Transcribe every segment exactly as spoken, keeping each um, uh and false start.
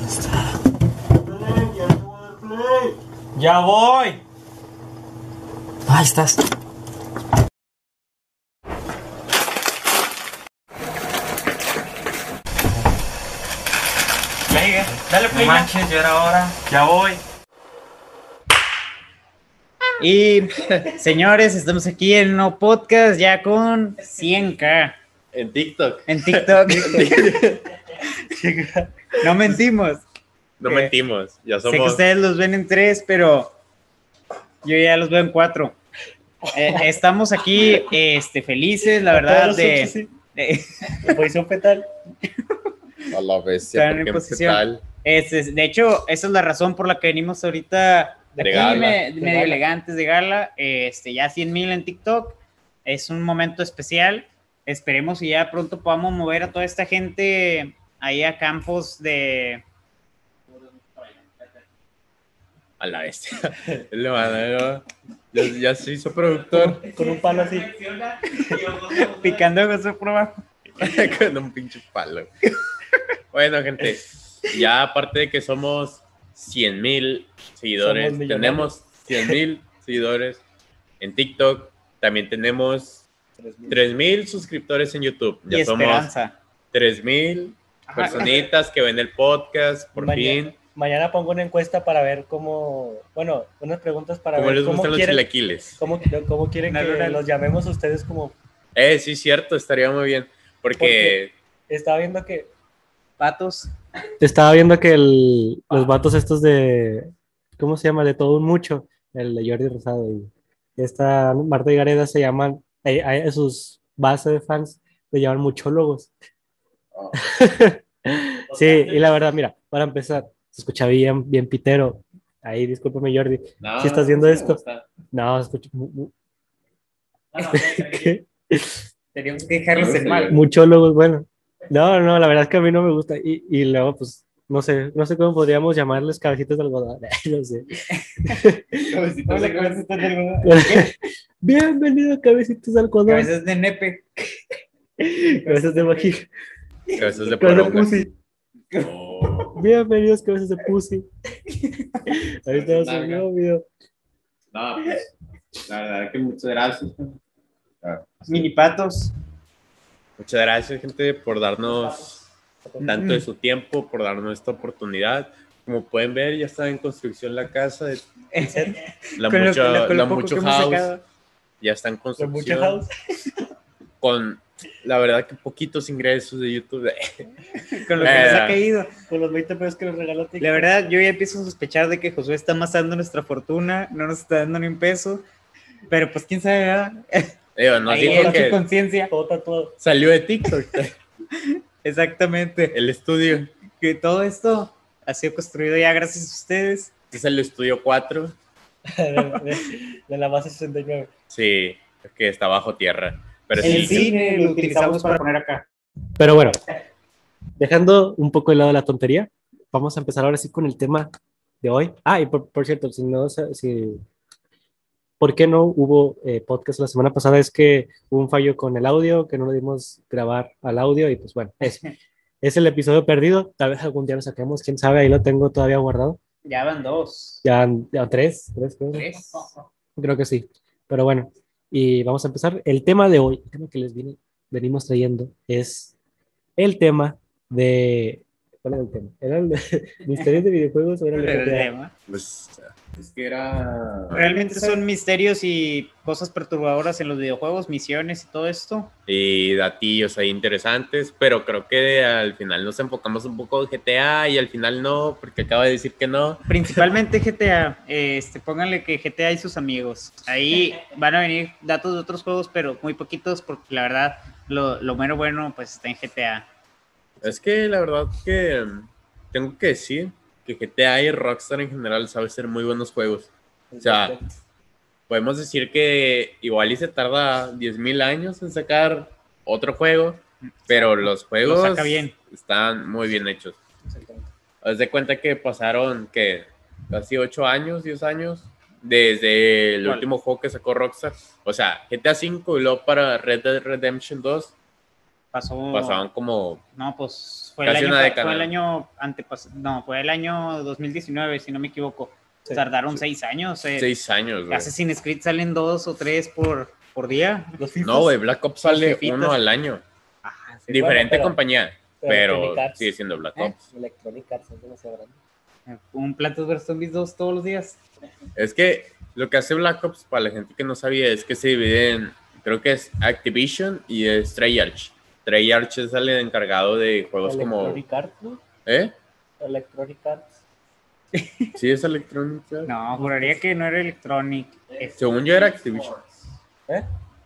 Ya voy. Ahí estás. Play, eh. Dale play. No manches, ya era hora. Ya voy. Y señores, estamos aquí en un nuevo podcast ya con cien k En TikTok. en TikTok. No mentimos. No Eh, mentimos. Ya Sé que somos. ustedes los ven en tres, pero yo ya los veo en cuatro. Eh, estamos aquí este, felices, la verdad, de, de, Posición fetal. A la bestia. Están en porque posición. tal. este, de hecho, esa es la razón por la que venimos ahorita de De aquí, gala. me- De medio gala. elegantes de gala. Este, ya cien mil en TikTok. Es un momento especial. Esperemos que ya pronto podamos mover a toda esta gente ahí a campos de... A la bestia. Le van a- Ya, ya se hizo productor. Con un palo así. Picando con su prueba. Con un pinche palo. Bueno, gente. Ya aparte de que somos cien mil seguidores, Somos millonarios. tenemos cien mil seguidores en TikTok. También tenemos tres mil suscriptores en YouTube. Ya Y somos esperanza. tres mil personitas que ven el podcast, por Mañana, fin. mañana pongo una encuesta para ver cómo, bueno, unas preguntas para ¿Cómo ver les cómo gustan los quieren, chilaquiles? cómo, cómo quieren que Natural. los llamemos a ustedes como, Eh, sí, cierto, estaría muy bien. Porque, estaba viendo que, Patos. estaba viendo que el, los vatos estos de, ¿cómo se llama? De todo un mucho, el de Jordi Rosado y esta Marta y Gareda se llaman, a, a sus bases de fans le llaman muchólogos. Oh. Sí, y la verdad, mira, para empezar, se escucha bien, bien pitero. Ahí, discúlpame, Jordi. no, si estás viendo sí me esto. gusta. No, se escucha mu- mu- Teníamos que dejarlos en mal. muchólogos, bueno. No, no, la verdad es que a mí no me gusta. Y, y luego, pues, no sé, no sé cómo podríamos llamarles cabecitas de algodón. No sé. Cabecitas de algodón. Bienvenido a Cabecitas de algodón. Cabezas de nepe. Cabezas de magia. Cabezas de Cabezas de poronga. pussy. Oh. Bienvenidos, cabezas de pussy. Ahí está su Nalga. nuevo video. No, pues, la verdad que muchas gracias. Mini patos. Muchas gracias, gente, por darnos tanto de su tiempo, por darnos esta oportunidad. Como pueden ver, ya está en construcción la casa. De, la Con lo- mucho, con lo la poco mucho que hemos house sacado. ya está en Con mucha construcción. house. Con, la verdad que poquitos ingresos de YouTube. Con lo que nos Eh. ha caído. Con los veinte pesos que nos regaló TikTok. La verdad, yo ya empiezo a sospechar de que Josué está amasando nuestra fortuna, no nos está dando ni un peso, pero pues quién sabe, ¿verdad? Digo, nos Ahí dijo en su que conciencia. Todo tatuado. salió de TikTok Exactamente. el estudio. Que todo esto ha sido construido ya gracias a ustedes. Este es el estudio cuatro. de, de- de la base sesenta y nueve. Sí, que está bajo tierra. Pero El sí, cine lo utilizamos para poner acá. Pero bueno, dejando un poco de lado la tontería, vamos a empezar ahora sí con el tema de hoy. Ah, y por, por cierto, si no, si, ¿por qué no hubo eh, podcast la semana pasada? Es que hubo un fallo con el audio, que no lo dimos grabar al audio y pues bueno, es, es el episodio perdido. Tal vez algún día lo saquemos, quién sabe, ahí lo tengo todavía guardado. Ya van dos. Ya, ya tres, tres, creo. Tres. Creo que sí. Pero bueno, y vamos a empezar. El tema de hoy, el tema que les vine- venimos trayendo es el tema de... ¿Cuál era el tema? ¿Era el de misterios de videojuegos o era el de Pero el G T A? tema. pues es que era... Realmente son misterios y cosas perturbadoras en los videojuegos, misiones y todo esto. Y datillos ahí interesantes, pero creo que al final nos enfocamos un poco en G T A y al final no, porque acaba de decir que no. Principalmente G T A, este, pónganle que G T A y sus amigos. Ahí van a venir datos de otros juegos, pero muy poquitos, porque la verdad, lo, lo mero bueno, pues está en G T A. Es que la verdad que mm, tengo que decir que G T A y Rockstar en general sabe hacer muy buenos juegos. O sea, podemos decir que igual y se tarda diez mil años en sacar otro juego, pero los juegos Lo saca bien. están muy bien hechos. Haz de cuenta que pasaron que casi ocho años, diez años desde el ¿Cuál? último juego que sacó Rockstar. O sea, G T A cinco y luego para Red Dead Redemption dos Pasó. Pasaban como. No, pues fue el Casi año, una pa- década. fue el año antepasado. No, fue el año dos mil diecinueve, si no me equivoco. Sí. Tardaron Sí. seis años. Eh. Seis años, güey. Assassin's Creed salen dos o tres por, por día. Los Fifas. No, güey, Black Ops sale fifitas. uno al año. Ah, sí. Diferente pero- compañía, pero pero Electronic Arts. sigue siendo Black ¿Eh? Ops. Electronic Arts es demasiado grande. Un Plantas versus Zombies dos todos los días. Es que lo que hace Black Ops, para la gente que no sabía, es que se divide en, creo que es Activision y es Treyarch. Treyarch es el encargado de juegos como... Electronic Arts, ¿no? ¿Eh? Electronic Arts. Sí, es Electronic Arts. No, juraría que no era Electronic. Es- Según yo era Activision. ¿Eh?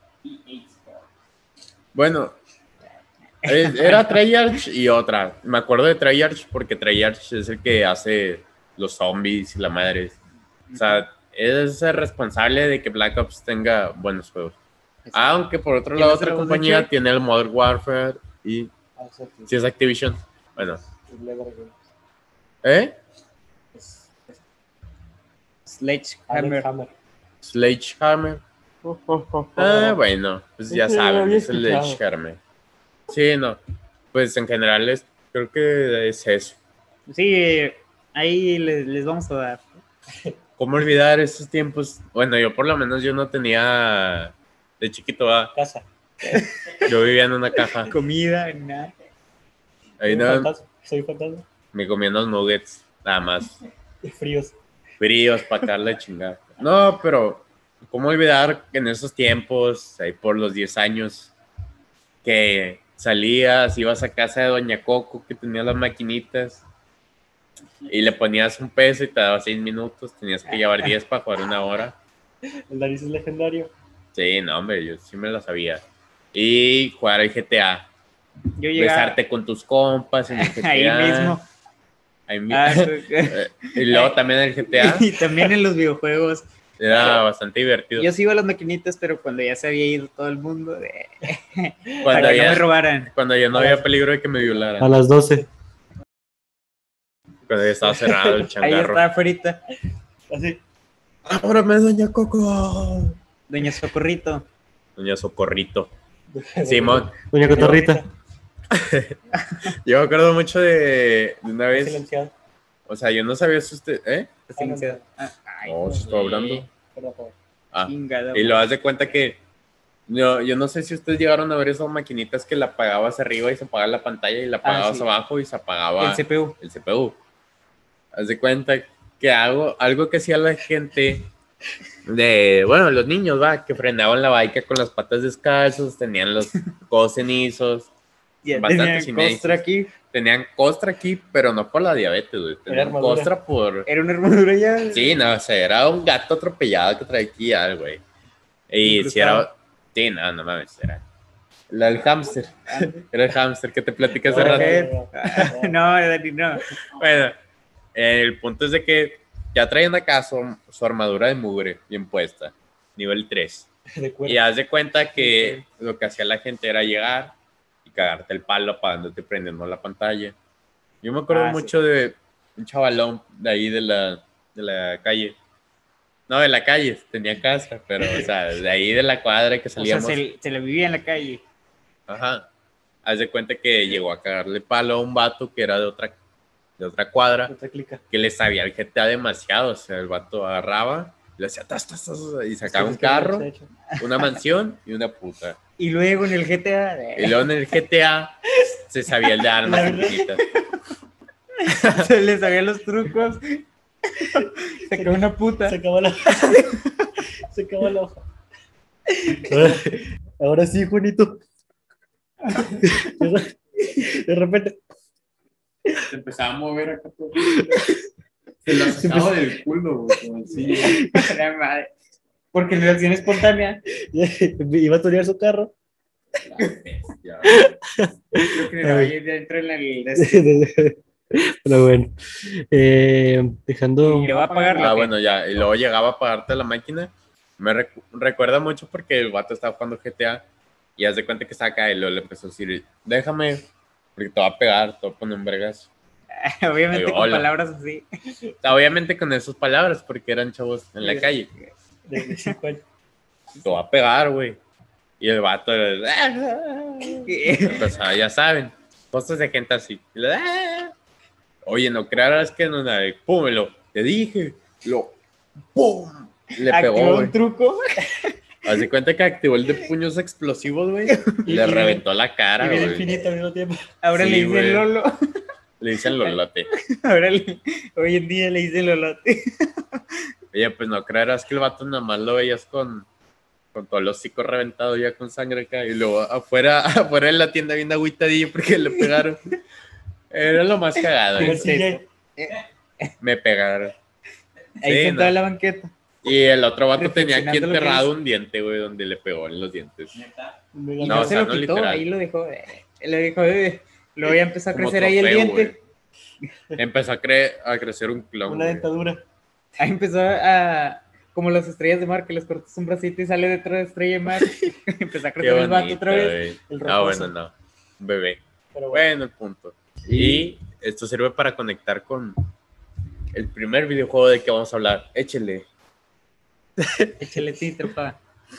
Bueno, es- era Treyarch y otra. Me acuerdo de Treyarch porque Treyarch es el que hace los zombies y la madre. O sea, es el responsable de que Black Ops tenga buenos juegos. Aunque por otro ¿Quién lado, es el otra voz de compañía Chuck? tiene el Modern Warfare y Ah, sí, sí. si es Activision. Bueno, Es Lever Games. ¿eh? Es- es Sledgehammer. Alex Hammer. Sledgehammer. Ah, bueno, pues ya Sí, saben, había es el escuchado. Sledgehammer. Sí, no. Pues en general es, creo que es eso. Sí, ahí les, les vamos a dar. ¿Cómo olvidar esos tiempos? Bueno, yo por lo menos yo no tenía de chiquito, ah, Casa. yo vivía en una caja. Comida, nada. Ahí Soy no, fantasma. Soy fantasma. me comía unos nuggets, nada más. Fríos. Fríos para darle chingada. No, pero ¿cómo olvidar que en esos tiempos, ahí por los diez años, que salías, ibas a casa de Doña Coco, que tenía las maquinitas, y le ponías un peso y te daba seis minutos, tenías que llevar diez para jugar una hora? El nariz es legendario. Sí, no, hombre, yo sí me lo sabía. Y jugar al G T A. Yo llegaba Besarte con tus compas en el G T A. ahí mismo. Ahí mi- Ah, Eh, y luego también el G T A y también en los videojuegos. era bastante divertido. Yo sí iba a las maquinitas, pero cuando ya se había ido todo el mundo, de... Cuando para que no ya, me robaran. cuando ya no había peligro de que me violaran. A las doce. Cuando ya estaba cerrado el Ahí changarro. estaba afuera. Así. ¡Ábrame, Doña Coco! Doña Socorrito. Doña Socorrito. Simón. Doña Cotorrita. Yo me acuerdo mucho de, de una vez. Silenciado. O sea, yo no sabía si usted. ¿Eh? Silenciado. Ah, ay, No, se estaba hablando. Perdón, perdón. Ah. chingada. Y lo das de cuenta que. Yo, yo no sé si ustedes llegaron a ver esas maquinitas que la apagabas arriba y se apagaba la pantalla y la apagabas sí. abajo y se apagaba El C P U. el C P U. Haz de cuenta que hago algo que hacía la gente de, bueno, los niños, va, que frenaban la bike con las patas descalzos, tenían los codos cenizos, Ya bastantes tenían costra aquí. tenían costra aquí, pero no por la diabetes, güey, tenían armadura. costra por... Era una armadura ya. Sí, no, o sea, era un gato atropellado que traía aquí al güey. Y si era... Sí, no, no mames, era... La del hámster. Era el hámster que te platicé hace No, rato. no, no. No, Dani, no. Bueno, el punto es de que ya traían acá su, su armadura de mugre bien puesta, nivel tres. De cuero. Y haz de cuenta que lo que hacía la gente era llegar y cagarte el palo apagándote y prendiendo la pantalla. Yo me acuerdo Ah, mucho de un chavalón de ahí de la, de la calle. No, de la calle, tenía casa, pero, o sea, de ahí de la cuadra que O sea, salíamos. se, se le vivía en la calle. Ajá. Haz de cuenta que llegó a cagarle palo a un vato que era de otra, de otra cuadra, Otra clica. que le sabía el G T A demasiado. O sea, el vato agarraba, le hacía tas, tas, tas, y sacaba un Es que carro, se ha hecho. una mansión y una puta. Y luego en el G T A Y luego en el G T A se sabía el de armas infinitas. se le sabían los trucos. Sacó una puta. Se acabó la Se acabó la hoja. Ahora sí, Juanito. De repente. Se empezaba a mover acá todo. Se lo sacaba del culo, güey, como así. La madre. Porque la acción espontánea. Iba a torear su carro. Ya. Creo que la vaya dentro en el. Pero bueno. Eh, dejando. Y le va a pagar Ah, la bueno, ya. Y luego llegaba a pagarte la máquina. Me recu- recuerda mucho porque el vato estaba jugando G T A y haz de cuenta que está acá y luego le empezó a decir, déjame, porque te va a pegar, te va a poner un vergas. Obviamente Ay, con hola. palabras así. O sea, obviamente con esas palabras porque eran chavos en la calle. De cinco años. Te va a pegar, güey. Y el vato, empezaba, ya saben, cosas de gente así. Oye, no creas que no nada, pum, lo, te dije, lo, pum, le pegó, Activó güey. un truco. Haz de cuenta que activó el de puños explosivos, güey. Le reventó la cara, Y bien güey. infinito al mismo tiempo. Ahora Sí, le dicen güey. Lolo. Le dicen Lolote. Ahora le- hoy en día le dicen Lolote. Oye, pues no creerás que el vato nada más lo veías con, con todo el hocico reventado ya con sangre acá. Y luego afuera, afuera de la tienda bien agüitadillo porque le pegaron. Era lo más cagado. Como güey. el C J. Me pegaron. Ahí Sí, sentado no. en la banqueta. Y el otro vato tenía aquí Reflexionando lo que enterrado hizo. un diente, güey, donde le pegó en los dientes. Y No, no, o se sea, lo no quitó, literal. ahí lo dejó. eh, Lo dejó. eh, Luego ya empezó a Como crecer ahí el trofeo, diente. güey. Empezó a, cre- a crecer un clon. Una güey. dentadura. Ahí empezó a. Como las estrellas de mar, que les cortas un bracito y sale detrás de estrella de mar. Empezó a Qué crecer el vato bonito, otra vez. güey. el No, rocoso. bueno, no. Un bebé. Pero bueno. Bueno, el punto. Y esto sirve para conectar con el primer videojuego de que vamos a hablar. Échele. Échale tintro, pa.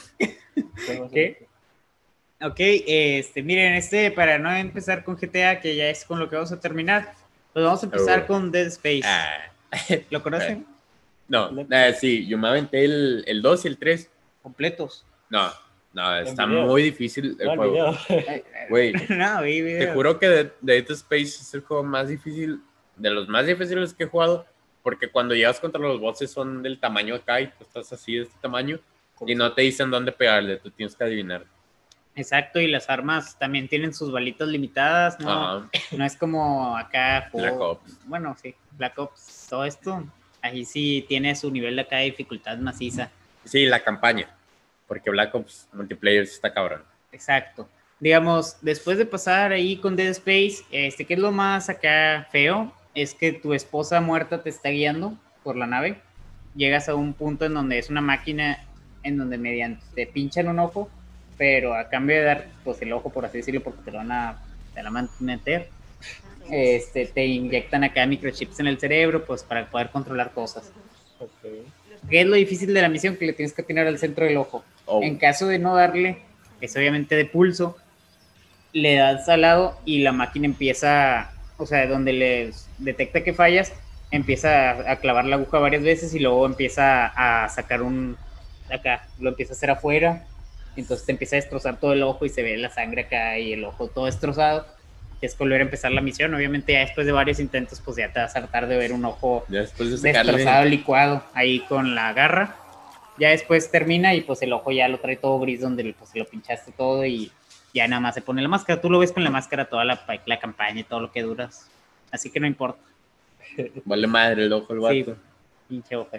¿Qué? Ok, este, miren, este, para no empezar con G T A, que ya es con lo que vamos a terminar, pues vamos a empezar Oh. con Dead Space. Ah, ¿Lo conocen? no, eh, sí, yo me aventé el, el dos y el tres. Completos. No, no, está video. muy difícil el No, el juego. video. Ay, Güey, no, vi te video. juro que Dead, Dead Space es el juego más difícil, de los más difíciles que he jugado, porque cuando llegas contra los bosses son del tamaño acá y tú estás así de este tamaño y no te dicen dónde pegarle, tú tienes que adivinar. Exacto, y las armas también tienen sus balitas limitadas, ¿no? Ajá. No es como acá. juego- Black Ops. Bueno, sí, Black Ops, todo esto. Ahí sí tiene su nivel de acá de dificultad maciza. Sí, la campaña, porque Black Ops Multiplayer sí está cabrón. Exacto. Digamos, después de pasar ahí con Dead Space, este, ¿qué es lo más acá feo? Es que tu esposa muerta te está guiando por la nave. Llegas a un punto en donde es una máquina en donde mediante te pinchan un ojo, pero a cambio de dar pues el ojo, por así decirlo, porque te lo van a, te la van a meter, este, te inyectan acá microchips en el cerebro pues para poder controlar cosas. Okay. ¿Qué es lo difícil de la misión? Que le tienes que atinar al centro del ojo. Oh. En caso de no darle, que es obviamente de pulso, le das al lado y la máquina empieza, o sea, donde le detecta que fallas, empieza a, a clavar la aguja varias veces y luego empieza a sacar un, acá, lo empieza a hacer afuera, entonces te empieza a destrozar todo el ojo y se ve la sangre acá y el ojo todo destrozado. Es volver a empezar la misión, obviamente ya después de varios intentos pues ya te vas a hartar de ver un ojo Ya después de sacarle... destrozado, licuado ahí con la garra. Ya después termina y pues el ojo ya lo trae todo gris donde pues lo pinchaste todo y ya nada más se pone la máscara. Tú lo ves con la máscara toda la, la campaña y todo lo que duras. Así que no importa. Vale madre el ojo el vato. Sí, pinche ojo.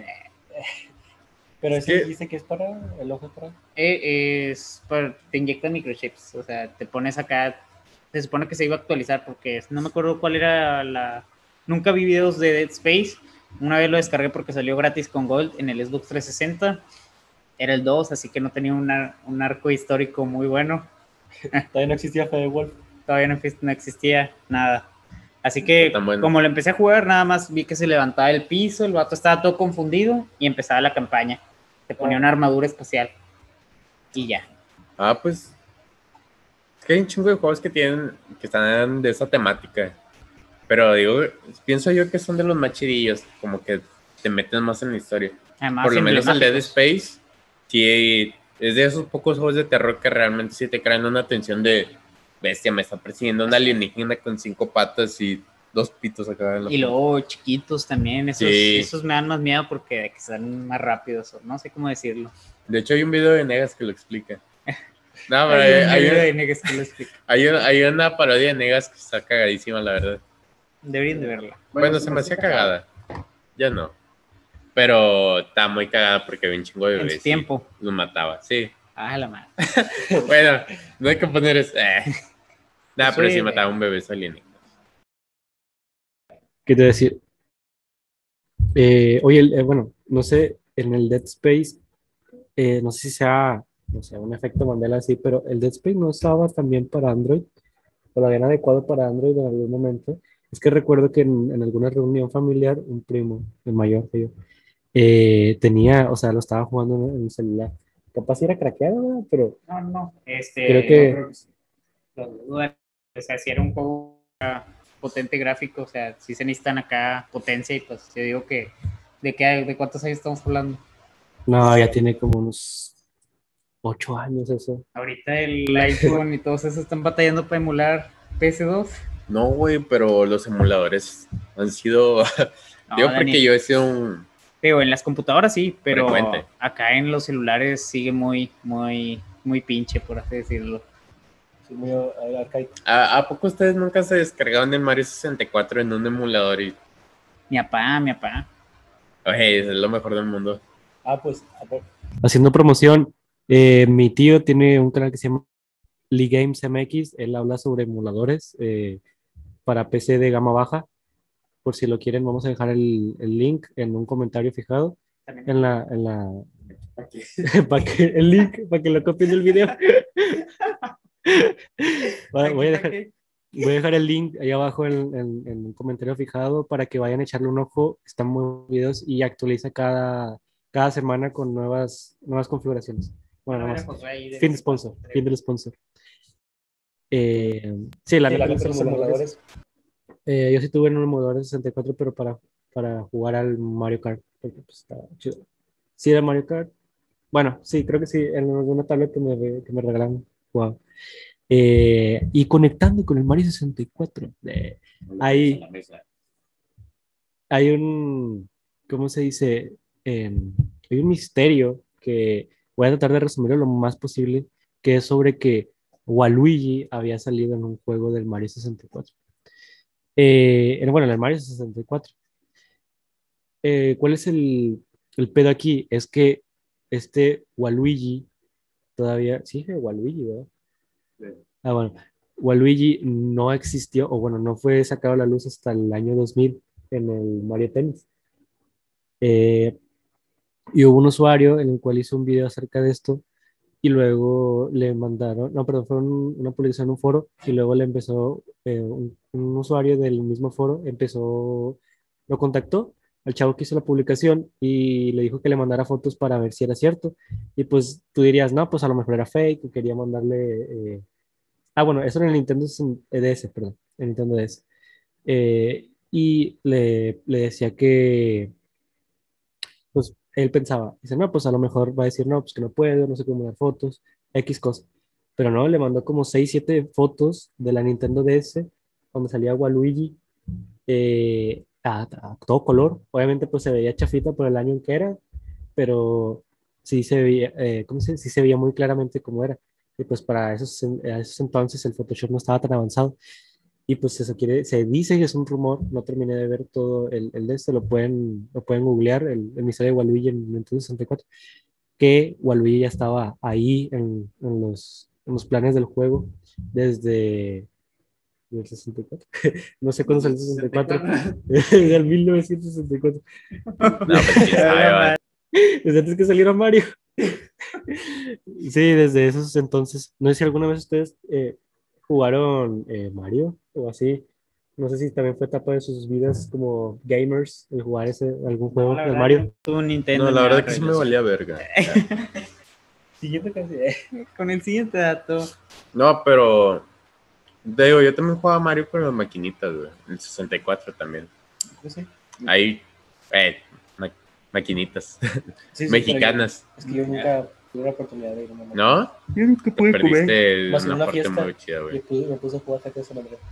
Pero Es sí que- dice que es para el ojo para. Eh, es para- te inyectan microchips. O sea, te pones acá. Se supone que se iba a actualizar porque no me acuerdo cuál era la... Nunca vi videos de Dead Space. Una vez lo descargué porque salió gratis con Gold en el Xbox trescientos sesenta. Era el dos, así que no tenía un, ar- un arco histórico muy bueno. Todavía no existía Fede Wolf. Todavía no, no existía nada. Así que, Tan bueno. como lo empecé a jugar, nada más vi que se levantaba el piso, el vato estaba todo confundido y empezaba la campaña. Te ponía una armadura espacial. Y ya. Ah, pues... Es que hay un chingo de juegos que tienen... que están de esa temática. Pero digo, pienso yo que son de los más chidillos. Como que te meten más en la historia. Además, Por lo menos el Dead emblemáticos. Space, sí, es de esos pocos juegos de terror que realmente sí te crean una tensión de bestia, me está persiguiendo una alienígena con cinco patas y dos pitos acá en la Y luego chiquitos también, esos, Sí. esos me dan más miedo porque de que son más rápidos, o no sé cómo decirlo. De hecho, hay un video de Negas que lo explica. No, pero Hay hay, un hay video un- de Negas que lo explica. hay un- hay una parodia de Negas que está cagadísima, la verdad. Deberían de verla. Bueno, se me hacía cagada. Ya no. Pero está muy cagada porque había un chingo de En bebés. su tiempo. y Los mataba, sí. Ah, la madre. Bueno, no hay que poner eso. Eh. Nah, pero Soy- sí mataba un bebé alienígena. ¿Qué te voy a decir? Eh, oye, el- eh, bueno, no sé, en el Dead Space, eh, no sé si sea, no sé, un efecto Mandela así, pero el Dead Space no estaba también para Android, o lo habían adecuado para Android en algún momento. Es que recuerdo que en, en alguna reunión familiar, un primo, el mayor que yo, eh, tenía, o sea, lo estaba jugando en, en el celular, capaz si era craqueado, ¿verdad? Pero No, no, este, creo yo que creo que sí. Lo dudo. O sea, si era un juego ah, potente gráfico, o sea, si se necesitan acá potencia y pues yo digo que, ¿de qué, de cuántos años estamos hablando? no, ya tiene como unos ocho años eso. Ahorita el iPhone y todos esos están batallando para emular P S dos. No, güey, pero los emuladores han sido... No, Digo, porque Daniel, yo he sido un... digo, en las computadoras sí, pero Frecuente. acá en los celulares sigue muy, muy, muy pinche, por así decirlo. Sí, muy ar- arcaico. ¿A, ¿A poco ustedes nunca se descargaban el Mario sesenta y cuatro en un emulador? Y, Mi papá, mi papá. oye, es lo mejor del mundo. Ah, pues, a ver. Haciendo promoción, eh, mi tío tiene un canal que se llama Lee Games M X. Él habla sobre emuladores eh, para P C de gama baja. Por si lo quieren, vamos a dejar el, el link en un comentario fijado. También. En la, en la, para que el link, para que lo copien del video. Voy, voy a dejar, voy a dejar el link ahí abajo en, en, en un comentario fijado para que vayan a echarle un ojo. Están muy buenos videos y actualiza cada, cada semana con nuevas, nuevas configuraciones. Bueno, nada más. Fin de sponsor, fin del sponsor. Eh, sí, la Sí, neta, la los neta, los emuladores. Eh, yo sí tuve un emulador de sesenta y cuatro, pero para, para jugar al Mario Kart, porque pues, estaba chido. Sí, era Mario Kart. Bueno, sí, creo que sí, en alguna tablet que me, re- que me regalaron. Wow. Eh, y conectando con el Mario sesenta y cuatro, eh, hay, hay un, ¿cómo se dice? Em, hay un misterio que voy a tratar de resumirlo lo más posible, que es sobre que Waluigi había salido en un juego del Mario sesenta y cuatro. Eh, en- bueno, en el Mario sesenta y cuatro. Eh, ¿cuál es el, el pedo aquí? Es que este Waluigi todavía, sí, es Waluigi, ¿verdad? Ah, bueno, Waluigi no existió, o bueno, no fue sacado a la luz hasta el año dos mil en el Mario Tennis. Eh, y hubo un usuario en el cual hizo un video acerca de esto y luego le mandaron, no, perdón, fue un- una publicación en un foro y luego le empezó, eh, un, un usuario del mismo foro empezó, lo contactó al chavo que hizo la publicación y le dijo que le mandara fotos para ver si era cierto. Y pues tú dirías, no, pues a lo mejor era fake, que quería mandarle... eh, Ah, bueno, eso era en el Nintendo D S, perdón, el Nintendo D S. Eh, y le, le decía que, pues, él pensaba, dice, no, pues a lo mejor va a decir, no, pues que no puedo, no sé cómo dar fotos, X cosa. Pero no, le mandó como seis siete fotos de la Nintendo D S, donde salía Waluigi, eh, a, a todo color. Obviamente, pues se veía chafita por el año en que era, pero sí se veía, eh, ¿cómo se, sí se veía muy claramente cómo era. Y pues para esos, en- a esos entonces el Photoshop no estaba tan avanzado. Y pues eso quiere, se dice que es un rumor, no terminé de ver todo el, el de este, lo pueden, lo pueden googlear, el, el misterio de Waluigi en Nintendo sesenta y cuatro, que Waluigi ya estaba ahí en, en los, en los planes del juego desde el sesenta y cuatro. No sé cuándo salió el sesenta y cuatro, desde el mil novecientos sesenta y cuatro, No, pues quién sabe, va. desde antes que saliera Mario. Sí, desde esos entonces. No sé si alguna vez ustedes eh, jugaron eh, Mario o así. No sé si también fue etapa de sus vidas como gamers el jugar ese, algún juego la de verdad, Mario. yo no tuve un Nintendo No, ni la nada verdad que sí me religioso. valía verga. Siguiente canción. Con el siguiente dato. No, pero... Te digo, yo también jugaba Mario con las maquinitas, güey. El sesenta y cuatro también. Pues sí. Ahí, eh, ma- maquinitas. Sí, sí, Mexicanas. pero yo- es que yo nunca tuve la oportunidad de ir a una máquina. ¿No? ¿Qué Te perdiste Más en una una parte fiesta. muy chida, Y güey. puse- me puse a jugar G T A San Andreas.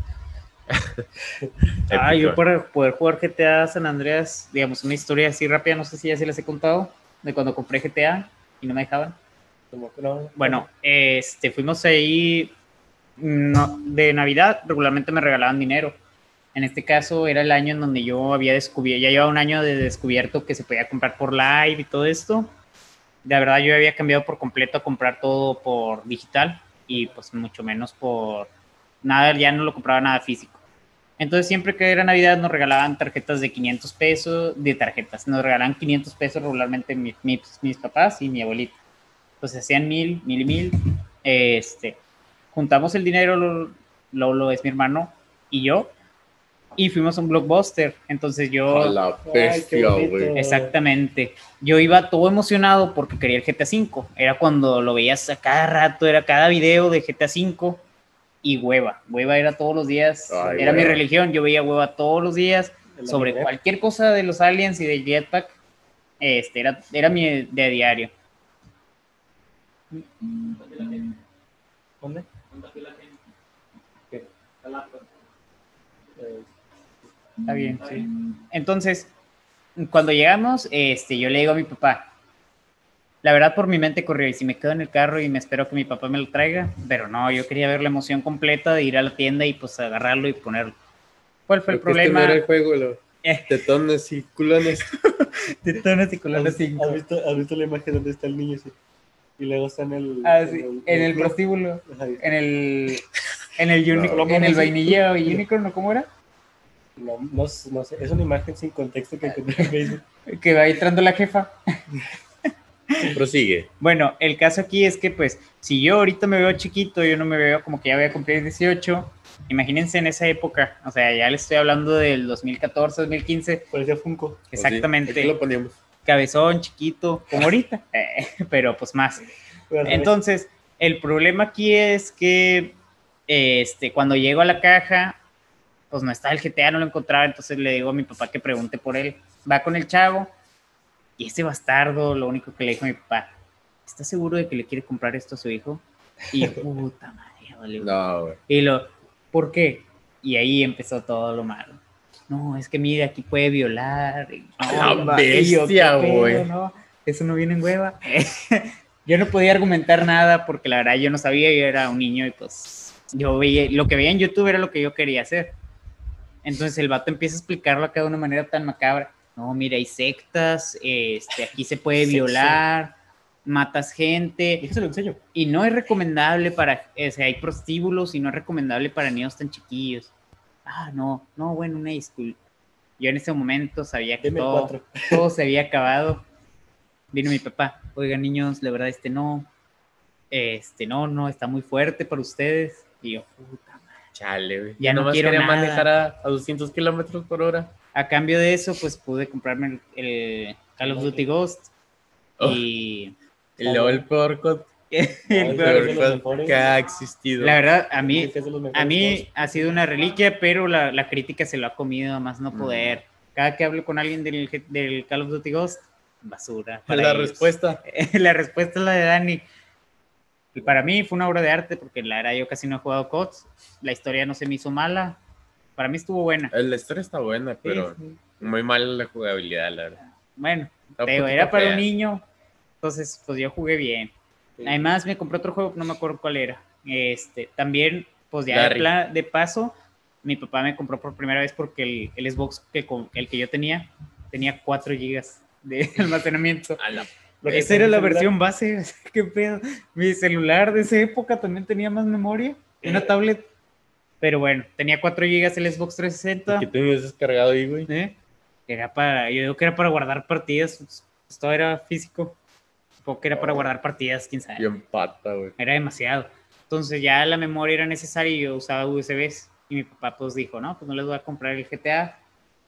Ah, Épico. yo para poder jugar G T A San Andreas, digamos, una historia así rápida, no sé si ya se les he contado, de cuando compré G T A y no me dejaban. Como que no- Bueno, este, fuimos ahí no, de Navidad, regularmente me regalaban dinero. En este caso era el año en donde yo había descubierto, ya llevaba un año de descubierto que se podía comprar por live y todo esto. De verdad yo había cambiado por completo a comprar todo por digital y pues mucho menos por nada, ya no lo compraba nada físico. Entonces siempre que era Navidad nos regalaban tarjetas de quinientos pesos, de tarjetas, nos regalaban quinientos pesos regularmente mis, mis, mis papás y mi abuelita. Entonces hacían mil, mil y mil. Este, juntamos el dinero, Lolo, Lolo es mi hermano y yo, y fuimos a un Blockbuster. Entonces yo... A la bestia, Ay, qué güey. bonito. Exactamente. Yo iba todo emocionado porque quería el G T A cinco. Era cuando lo veías a cada rato, era cada video de G T A cinco y hueva. Hueva era todos los días. Ay, era mi hueva. religión. Yo veía hueva todos los días El sobre anime. cualquier cosa de los aliens y del jetpack. Este, era, era mi de diario. ¿Dónde? ¿Qué? Eh, Está bien, sí. Entonces, cuando llegamos, este, yo le digo a mi papá, la verdad por mi mente corrió, y si me quedo en el carro y me espero que mi papá me lo traiga, pero no, yo quería ver la emoción completa de ir a la tienda y pues agarrarlo y ponerlo. ¿Cuál fue el Creo que este problema? no era el juego, lo... Eh. Tetones y culones. Tetones y ¿Has, culones has cinco. visto, ¿Has visto la imagen donde está el niño? Sí? Y luego está en el... Ah, sí, en el club. prostíbulo, Ajá, en el, en el, uni- No, en el no, vainilla unicorn, ¿o cómo era? No, no, no sé, es una imagen sin contexto que encontré en Facebook. Que va entrando la jefa. Prosigue. Bueno, el caso aquí es que, pues, si yo ahorita me veo chiquito, yo no me veo como que ya voy a cumplir dieciocho, imagínense en esa época, o sea, ya le estoy hablando del dos mil catorce, dos mil quince, Parecía Funko. exactamente, Aquí lo poníamos. cabezón, chiquito, como ahorita, eh, pero pues más. Pero al revés. Entonces, el problema aquí es que, este, cuando llego a la caja, pues no está el G T A, no lo encontraba, entonces le digo a mi papá que pregunte por él, va con el chavo, y ese bastardo, lo único que le dijo a mi papá, ¿está seguro de que le quiere comprar esto a su hijo? Y yo, puta madre, ya valió. No, güey. Y lo, ¿por qué? Y ahí empezó todo lo malo. No, es que mire, aquí puede violar. Y, La no, va- y yo, bestia, ¿qué pedo, güey. no? Eso no viene en hueva. Yo no podía argumentar nada porque la verdad yo no sabía, yo era un niño y pues yo veía, lo que veía en YouTube era lo que yo quería hacer. Entonces el vato empieza a explicarlo acá de una manera tan macabra. No, mira, hay sectas, este, aquí se puede Sexo. violar, matas gente. Y eso lo enseño. Y no es recomendable para, o sea, hay prostíbulos y no es recomendable para niños tan chiquillos. Ah, no, no, bueno, una disculpa. Yo en ese momento sabía que Deme todo, cuatro. todo se había acabado. Vino mi papá, oigan niños, la verdad este no, este no, no, está muy fuerte para ustedes. Y yo, puta madre. Chale, güey. Ya no Nomás quiero quería nada. manejar a, a doscientos kilómetros por hora. A cambio de eso, pues pude comprarme el, el Call of Duty Ghost. Oh. Y Y luego el peor code, el el peor- de los peor code mejores. que ha existido. la verdad, a mí, Dicen que es de los mejores a mí juegos. ha sido una reliquia, pero la, la crítica se lo ha comido a más no Mm. poder. Cada que hablo con alguien del, del Call of Duty Ghost, basura. para la ellos. respuesta. La respuesta es la de Dani. Y para mí fue una obra de arte porque la verdad yo casi no he jugado C O Ds. La historia no se me hizo mala. Para mí estuvo buena. La historia está buena, pero Sí, sí. muy mala la jugabilidad, la verdad. Bueno, Está te un digo, poquito era para fea. un niño. Entonces, pues yo jugué bien. Sí. Además, me compré otro juego, no me acuerdo cuál era. Este, también, pues ya de, Larry. pla- de paso, mi papá me compró por primera vez porque el, el Xbox que, con- el que yo tenía tenía cuatro gigas de almacenamiento. A la... Lo que Esa está era en la mi celular. versión base. ¿Qué pedo? Mi celular de esa época también tenía más memoria. Una tablet. Pero bueno, tenía cuatro gigas el Xbox trescientos sesenta. ¿Qué tenías descargado ahí, güey? ¿eh? Era para, yo digo que era para guardar partidas. Pues, todo era físico. Supongo que era para guardar partidas, quién sabe. Bien pata, güey. Era demasiado. Entonces ya la memoria era necesaria y yo usaba U S Bs. Y mi papá pues dijo, no, pues no les voy a comprar el G T A.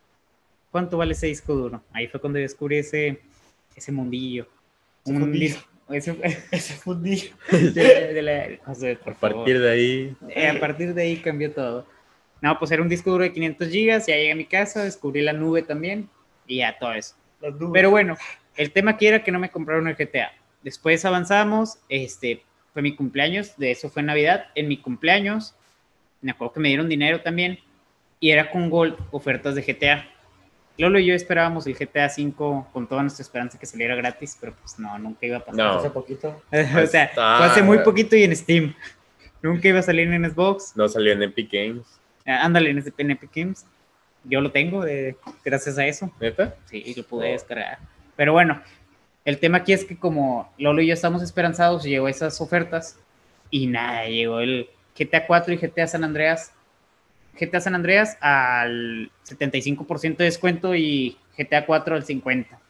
¿Cuánto vale ese disco duro? Ahí fue cuando descubrí ese, ese mundillo. Ese Un fundillo. disco- ese- Ese fundillo. de, de la, o sea, por A partir favor. de ahí, Eh, a partir de ahí cambió todo. No, pues era un disco duro de quinientos gigas, ya llegué a mi casa, descubrí la nube también y ya todo eso. Las nubes. Pero bueno, el tema aquí era que no me compraron el G T A. Después avanzamos, este, fue mi cumpleaños, de eso fue Navidad. En mi cumpleaños, me acuerdo que me dieron dinero también y era con Gold, ofertas de G T A. Lolo y yo esperábamos el G T A cinco con toda nuestra esperanza que saliera gratis, pero pues no, nunca iba a pasar. No. Hace poquito. O sea, Está- fue hace muy poquito y en Steam. Nunca iba a salir en Xbox. no salió en Epic Games. Ah, ándale, en, ese- en Epic Games. Yo lo tengo eh, gracias a eso. ¿Neta? Sí, lo pude Oh. descargar. Pero bueno, el tema aquí es que como Lolo y yo estamos esperanzados, llegó esas ofertas y nada, llegó el G T A cuatro y G T A San Andreas. G T A San Andreas al setenta y cinco por ciento de descuento y G T A cuatro al cincuenta por ciento.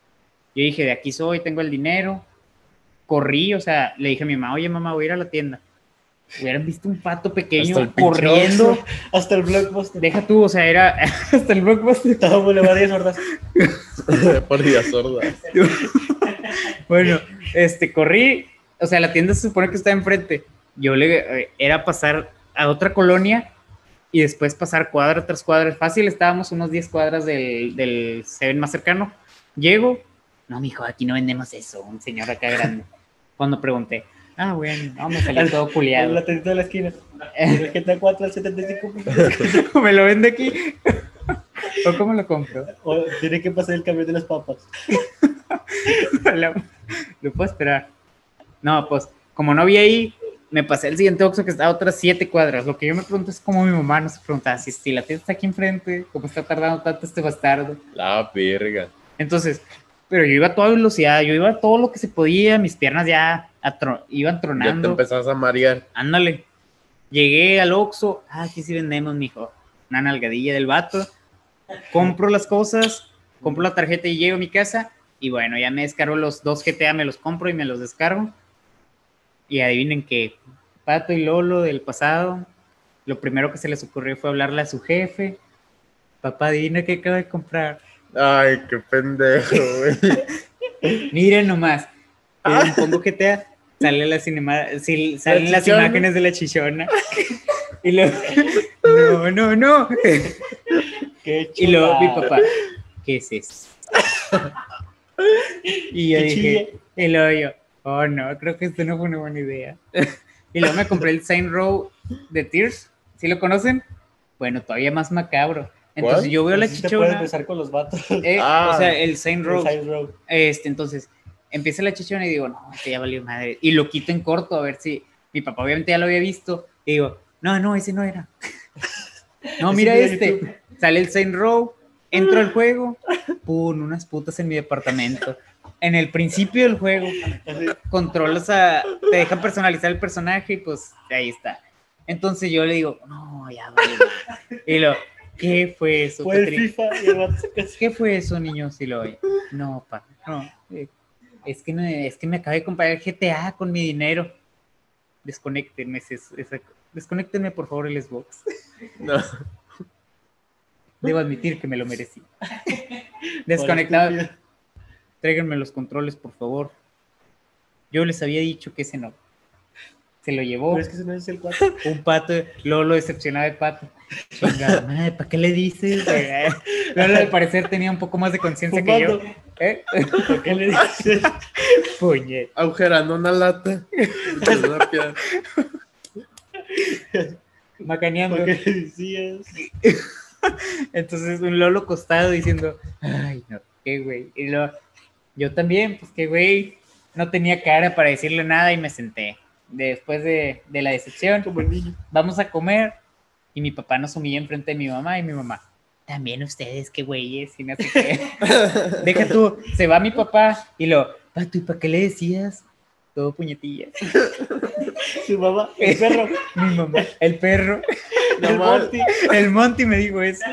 Yo dije, de aquí soy, tengo el dinero. Corrí, o sea, le dije a mi mamá, oye mamá, voy a ir a la tienda. Hubieran visto un pato pequeño Hasta el pinche corriendo. Oxxo, hasta el Blockbuster. Deja tú, o sea, era hasta el Blockbuster. Estaba Boulevard de Sordas. Por Dios, sorda. Bueno, este, corrí, o sea, la tienda se supone que está enfrente. Yo le, eh, era pasar a otra colonia y después pasar cuadra tras cuadra. Fácil, estábamos unos diez cuadras del, del Seven más cercano. Llego, no, mijo, aquí no vendemos eso, un señor acá grande. Cuando pregunté, ah, bueno, no, me salí todo En culiado. la tiendita de la esquina. El G T A cuatro al setenta y cinco pesos. ¿Me lo vende aquí? ¿O cómo lo compro? O tiene que pasar el camión de las papas. Lo, lo puedo esperar. No, pues, como no vi ahí, me pasé al siguiente Oxxo que estaba a otras siete cuadras. Lo que yo me pregunto es cómo mi mamá nos preguntaba si, si la tienda está aquí enfrente, cómo está tardando tanto este bastardo. La verga. Entonces, pero yo iba a toda velocidad, yo iba a todo lo que se podía, mis piernas ya atro- iban Ya te tronando. empezás a marear. Ándale. Llegué al Oxxo, ah, aquí sí vendemos, mijo. Una nalgadilla del vato. Compro las cosas, compro la tarjeta y llego a mi casa. Y bueno, ya me descargo los dos G T A, me los compro y me los descargo. Y adivinen que Pato y Lolo del pasado, lo primero que se les ocurrió fue hablarle a su jefe. Papá, adivina qué acabo de comprar. Ay, qué pendejo, güey. Miren nomás. Pero pongo G T A, sale la cinema, sí, salen ¿La las chichona? imágenes de la chichona. Y luego, no, no, no. Qué Y luego mi chulada. papá, ¿qué es eso? Y yo Qué dije, chille. y luego yo, oh no, creo que esto no fue una buena idea. Y luego me compré el Saint Row de Tears, ¿sí lo conocen? Bueno, todavía más macabro. Entonces ¿Cuál? yo veo la Así te puedes chichona, besar con los vatos. eh, Ah. o sea, el Saint Row, Side Road. este, entonces empieza la chichona y digo, no, este ya valió madre. Y lo quito en corto a ver si, mi papá obviamente ya lo había visto. Y digo, no, no, ese no era. No, Ese mira mira este. YouTube. Sale el Saint Row, entro al juego, pum, unas putas en mi departamento. En el principio del juego, Así. controlas a, te dejan personalizar el personaje y pues ahí está. Entonces yo le digo, no, ya vale. Y lo, ¿qué fue eso? Fue el Patrick? FIFA y el vato se casó. ¿Qué fue eso, niños? Y lo oye. No, pa, no. eh, Es que, no, es que me acabé de comprar el G T A con mi dinero. Desconéctenme, ese, ese, desconéctenme por favor el Xbox. No. Debo admitir que me lo merecí. Desconectado. Tráiganme los controles, por favor. Yo les había dicho que ese no. Se lo llevó. Pero es que ese no es el cuatro. Un pato, luego lo decepcionaba de pato. Chingada madre, ¿para qué le dices? Luego al parecer tenía un poco más de conciencia que yo. Fumando. ¿Eh? ¿Por qué le dices? Puñet. Agujerando una lata. Una piedra. Macaneando. ¿Por qué le decías? Entonces un Lolo costado diciendo, ay, no, qué güey. Y luego, yo también, pues qué güey. No tenía cara para decirle nada y me senté. Después de, de la decepción, Como el niño. vamos a comer. Y mi papá nos humilla enfrente de mi mamá y mi mamá, también ustedes, qué güeyes, y no sé qué. Deja tú, se va mi papá y lo, Pato, ¿y para qué le decías? Todo puñetillas. Su mamá, el perro. Mi mamá, el perro, No el mames. Monty, el Monty me dijo eso.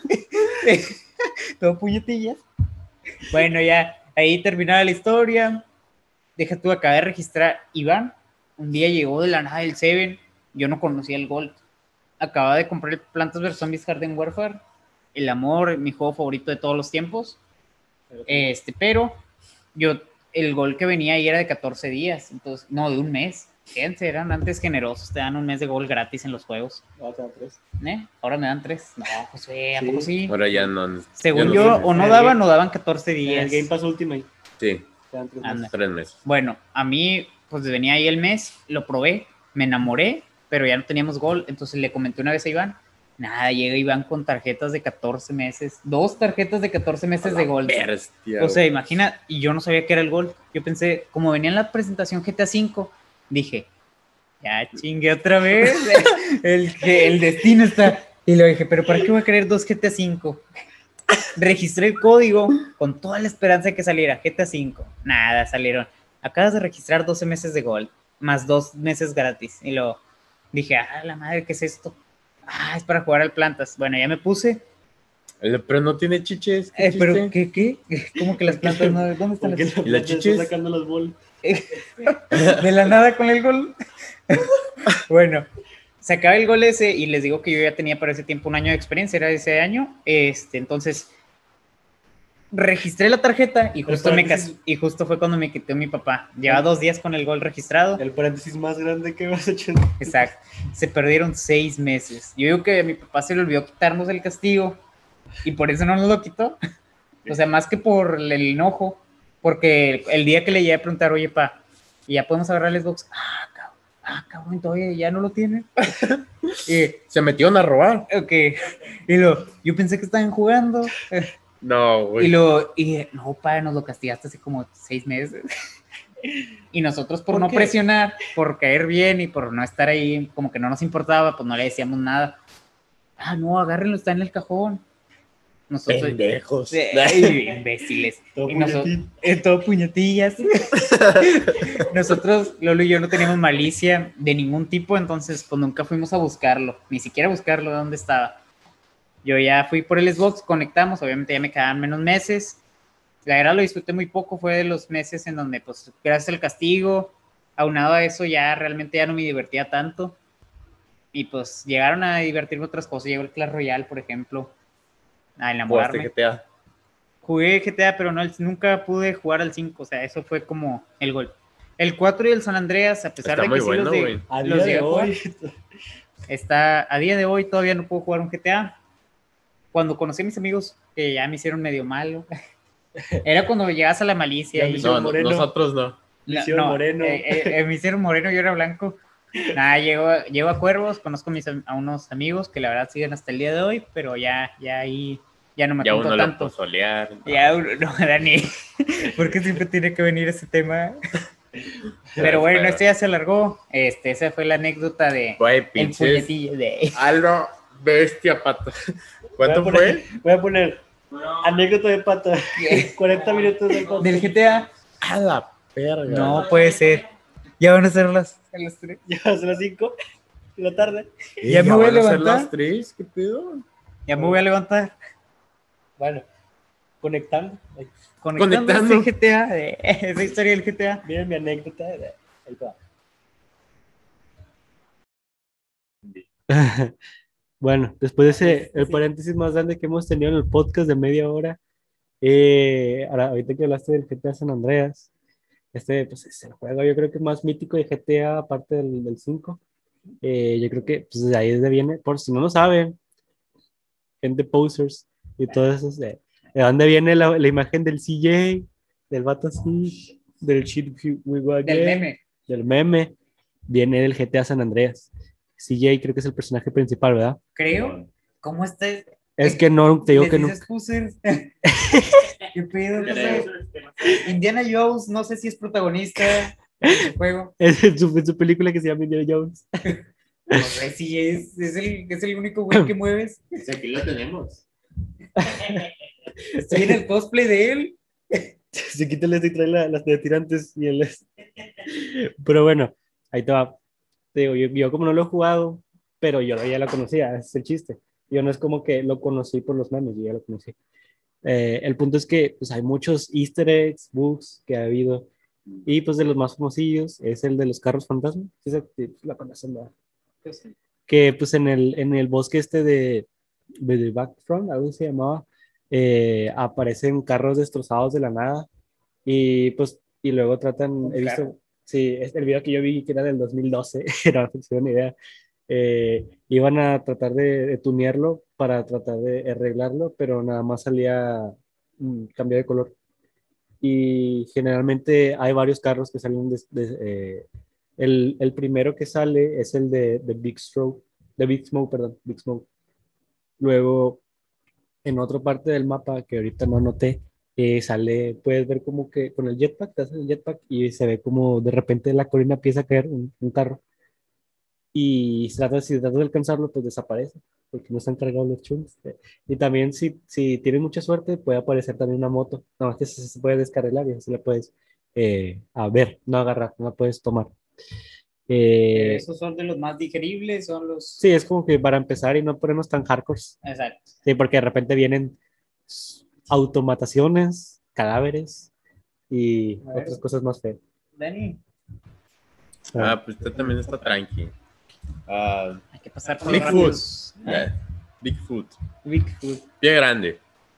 Todo puñetillas. Bueno, ya, ahí terminaba la historia. Deja tú, acabé de registrar. Iván, un día llegó de la nada del Seven. Yo no conocía el Gold. Acababa de comprar el Plantas versus. Zombies Garden Warfare. El amor, mi juego favorito de todos los tiempos. Este, pero yo, el Gold que venía ahí era de catorce días. Entonces, no, de un mes. Fíjense, eran antes generosos. Te dan un mes de Gold gratis en los juegos. No, te dan tres. ¿Eh? Ahora me dan tres. No, pues, ¿a Sí. poco sí? Ahora ya no. Según ya yo, no sé. o no daban o daban catorce En días. el Game Pass Ultimate Sí, te dan tres Anda. meses. tres meses. Bueno, a mí, pues venía ahí el mes, lo probé, me enamoré, pero ya no teníamos Gold, entonces le comenté una vez a Iván, nada, llega Iván con tarjetas de catorce meses, dos tarjetas de catorce meses de Gold. Bestia, O sea, imagina, y yo no sabía que era el Gold. Yo pensé, como venía en la presentación G T A cinco, dije, ya chingue otra vez, el, que el destino está. Y le dije, pero ¿para qué voy a querer dos G T A cinco? Registré el código con toda la esperanza de que saliera G T A cinco. Nada, salieron. Acabas de registrar doce meses de Gold, más dos meses gratis. Y luego dije, ah, la madre, ¿qué es esto? Ah, es para jugar al Plantas. Bueno, ya me puse. El- Pero no tiene chiches. ¿qué Eh, pero, chiste? ¿qué, qué? ¿Cómo que las plantas no? ¿Dónde están ¿Por qué las la ¿Y las planta chichis? está sacando las bolas? de la nada con el gol? Bueno, se acaba el gol ese y les digo que yo ya tenía para ese tiempo un año de experiencia, era ese año. Este, entonces, registré la tarjeta y justo, me cas- y justo fue cuando me quitó mi papá. Llevaba dos días con el gol registrado. El paréntesis más grande que hemos hecho. Exacto. Se perdieron seis meses. Yo digo que a mi papá se le olvidó quitarnos el castigo y por eso no nos lo quitó. O sea, más que por el enojo, porque el día que le llegué a preguntar, oye, pa, ¿y ya podemos agarrar el Xbox? Ah, cabrón, ah, cabrón, todavía ya no lo tienen. Y, Se metieron a robar. ok. Y lo, yo pensé que estaban jugando. No, güey. Y lo, y no, pa, nos lo castigaste hace como seis meses. Y nosotros por, ¿Por no qué? presionar, por caer bien y por no estar ahí, como que no nos importaba, pues no le decíamos nada. Ah, no, agárrenlo, está en el cajón. Nosotros, Pendejos. Sí, ay, imbéciles. Todo Y nosotros, puñetín. eh, todo puñetillas. Nosotros, Lolo y yo, no teníamos malicia de ningún tipo, entonces pues nunca fuimos a buscarlo, ni siquiera a buscarlo de dónde estaba. Yo ya fui por el Xbox, conectamos, obviamente ya me quedaban menos meses. La verdad lo disfruté muy poco, fue de los meses en donde, pues, gracias al castigo, aunado a eso, ya realmente ya no me divertía tanto. Y pues llegaron a divertirme otras cosas. Llegó el Clash Royale, por ejemplo, a enamorarme. Jugaste G T A. Jugué G T A, pero no, nunca pude jugar al cinco, o sea, eso fue como el gol. El cuatro y el San Andreas, a pesar Está de muy que sí bueno, los, de, A los día llegué de a jugar, hoy. está, a día de hoy todavía no puedo jugar un G T A. Cuando conocí a mis amigos, que ya me hicieron medio malo, era cuando llegas a la malicia. Ya Y, me No, no, Moreno. nosotros no. Me hicieron moreno. eh, eh, eh, me hicieron moreno, yo era blanco. Nada, llego, llego a Cuervos, conozco a, mis, a unos amigos que la verdad siguen hasta el día de hoy, pero ya, ya ahí ya no me Ya junto uno lo tanto. pozolear. Ya uno, no, Dani, ¿por qué siempre tiene que venir ese tema? Pero bueno, este ya se alargó. Este, esa fue la anécdota de Güey, el pinches. puñetillo de. Algo bestia, pata. ¿Cuánto Voy a poner- fue? Voy a poner anécdota de pata. cuarenta minutos de podcast. Del G T A. A la verga. No puede ser. Ya van a ser las, las tres. Ya son las cinco de la tarde. Eh, ya me voy a van ser levantar. las tres, ¿qué pedo? Ya me voy a levantar. Bueno, conectando. Ay, Conectando, Conectando. ese G T A, de, esa historia del G T A. miren mi anécdota. de- ahí va. Bueno, después de ese el paréntesis más grande que hemos tenido en el podcast de media hora, eh, ahora, ahorita que hablaste del G T A San Andreas, este pues, es el juego yo creo que más mítico de G T A aparte del, del cinco. Eh, yo creo que pues, de ahí es de viene, por si no lo saben, gente posers y todo eso, de, de dónde viene la, la imagen del C J, del vato así, del shit we go again, Del meme. del meme, viene del G T A San Andreas. C J creo que es el personaje principal, ¿verdad? Creo. ¿Cómo está? Es que no, te digo ¿Les que no. dices pusers? ¿Qué pedo? No sé. Indiana Jones, no sé si es protagonista del juego. Es en su, en su película que se llama Indiana Jones. No sé si es, es, el, es el único güey que mueves. Pues aquí lo tenemos. Estoy en el cosplay de él. Se quita el este y trae la- las de tirantes y el este. Pero bueno, ahí te va. Te digo, yo, yo como no lo he jugado, pero yo ya lo conocía, ese es el chiste. Yo no es como que lo conocí por los memes, yo ya lo conocí. Eh, el punto es que pues, hay muchos easter eggs, bugs que ha habido. Y pues de los más famosillos es el de los carros fantasma. Sí, sí, sí, la conocen, ¿verdad? Que pues en el, en el bosque este de, de The Backfront, algo se llamaba, eh, aparecen carros destrozados de la nada y pues y luego tratan, ¿Un he visto, carro? sí, es el video que yo vi que era del dos mil doce, era una idea, eh, iban a tratar de, de tunearlo para tratar de arreglarlo, pero nada más salía mm, cambio de color. Y generalmente hay varios carros que salen de, de, eh, el, el primero que sale es el de, de Big Stroke, de Big Smoke, perdón, Big Smoke. Luego, en otra parte del mapa que ahorita no anoté, eh, sale, puedes ver como que con el jetpack, te haces el jetpack y se ve como de repente en la colina empieza a caer un, un carro. Y si tratas, si tratas de alcanzarlo, pues desaparece, porque no están cargados los chunks. Y también si, si tienes mucha suerte, puede aparecer también una moto, nada más que se, se puede descarrilar y así la puedes eh, a ver, no agarrar, no la puedes tomar. Eh, Esos son de los más digeribles, son los. sí, es como que para empezar y no ponernos tan hardcore. Exacto. Sí, porque de repente vienen automataciones, cadáveres y A ver. otras cosas más feas. Dani. Ah, pues este también está tranqui. Ah, Hay que pasar por los Bigfoot. rápidos. Yeah. Bigfoot. Bigfoot. Pie grande.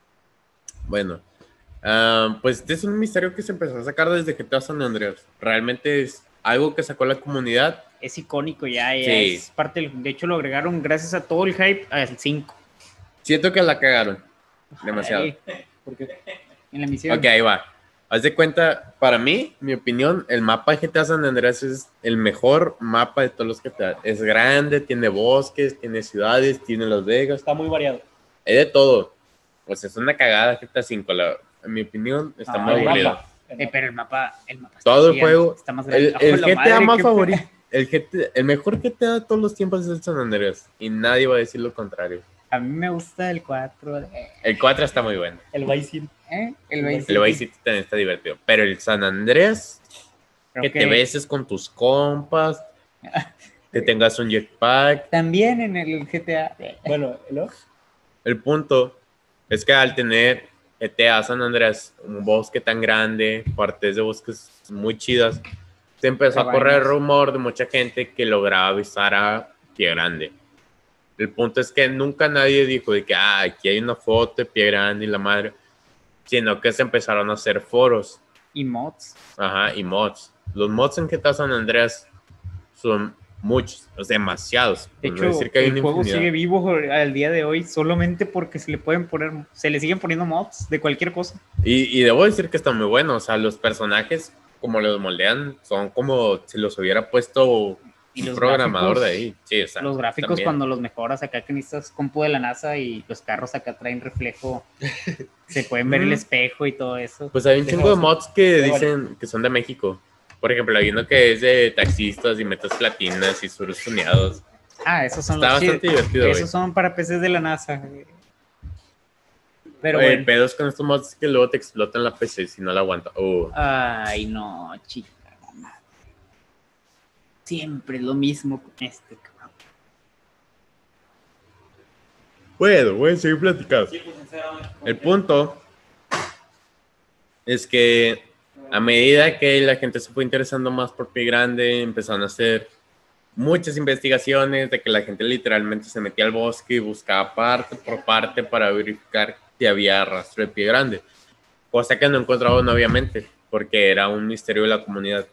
Bueno. ah, pues este es un misterio que se empezó a sacar desde G T A San Andreas. Realmente es algo que sacó la comunidad. Es icónico ya, ya Sí. es parte del, de hecho lo agregaron gracias a todo el hype al cinco. Siento que la cagaron. Demasiado. Ahí, Porque en la misión. Ok, ahí va. Haz de cuenta, para mí, mi opinión, el mapa de G T A San Andreas es el mejor mapa de todos los G T A. Es grande, tiene bosques, tiene ciudades, tiene Las Vegas. está muy variado. Hay de todo. Pues es una cagada G T A cinco. La, en mi opinión, está Ah, muy el aburrido. mapa. Eh, pero el mapa, el mapa está Todo el gigante, juego. está más grande. El, ¡Oh, el la G T A madre, más qué favorito. El, G T A el mejor G T A de todos los tiempos es el San Andreas. Y nadie va a decir lo contrario. A mí me gusta el cuatro. Eh, El cuatro está muy bueno. El Vice City. ¿eh? El Vice El Vice City también está divertido. Pero el San Andreas, Creo que te beses con tus compas, que tengas un jetpack. También en el G T A. eh, Bueno, ¿no? El punto es que al tener G T A San Andreas, un bosque tan grande, partes de bosques muy chidas, se empezó a correr el Cabañas. rumor de mucha gente que lograba avisar a Pie Grande. El punto es que nunca nadie dijo de que ah, aquí hay una foto de Pie Grande y la madre, sino que se empezaron a hacer foros, Y mods. ajá, y mods. Los mods en G T A San Andreas son muchos, o sea, demasiados. De por hecho, no decir que hay el una juego infinidad. sigue vivo al día de hoy solamente porque se le pueden poner, se le siguen poniendo mods de cualquier cosa. Y, y debo decir que está muy bueno, o sea, los personajes, como los moldean, son como si los hubiera puesto Y un los programador gráficos- de ahí. Sí, o sea, Los gráficos también. cuando los mejoras acá que necesitas compu de la NASA y los carros acá traen reflejo, se pueden ver el Mm. espejo y todo eso. Pues hay un chingo de mods que Pero dicen que son de México. Por ejemplo, hay uno que es de taxistas y metas platinas y suros tuneados. Ah, esos son Está los bastante chidos. divertido, güey. Esos son para P Cs de la NASA. güey. Pero Oye, bueno. el pedo es con estos mods es que luego te explotan la P C si no la aguanta. Uh. Ay, no, chica. Siempre lo mismo con este cabrón. Bueno, voy a seguir platicando. El punto es que a medida que la gente se fue interesando más por Pie Grande, empezaron a hacer muchas investigaciones de que la gente literalmente se metía al bosque y buscaba parte por parte para verificar si había rastro de Pie Grande. Cosa que no encontraban obviamente, porque era un misterio de la comunidad.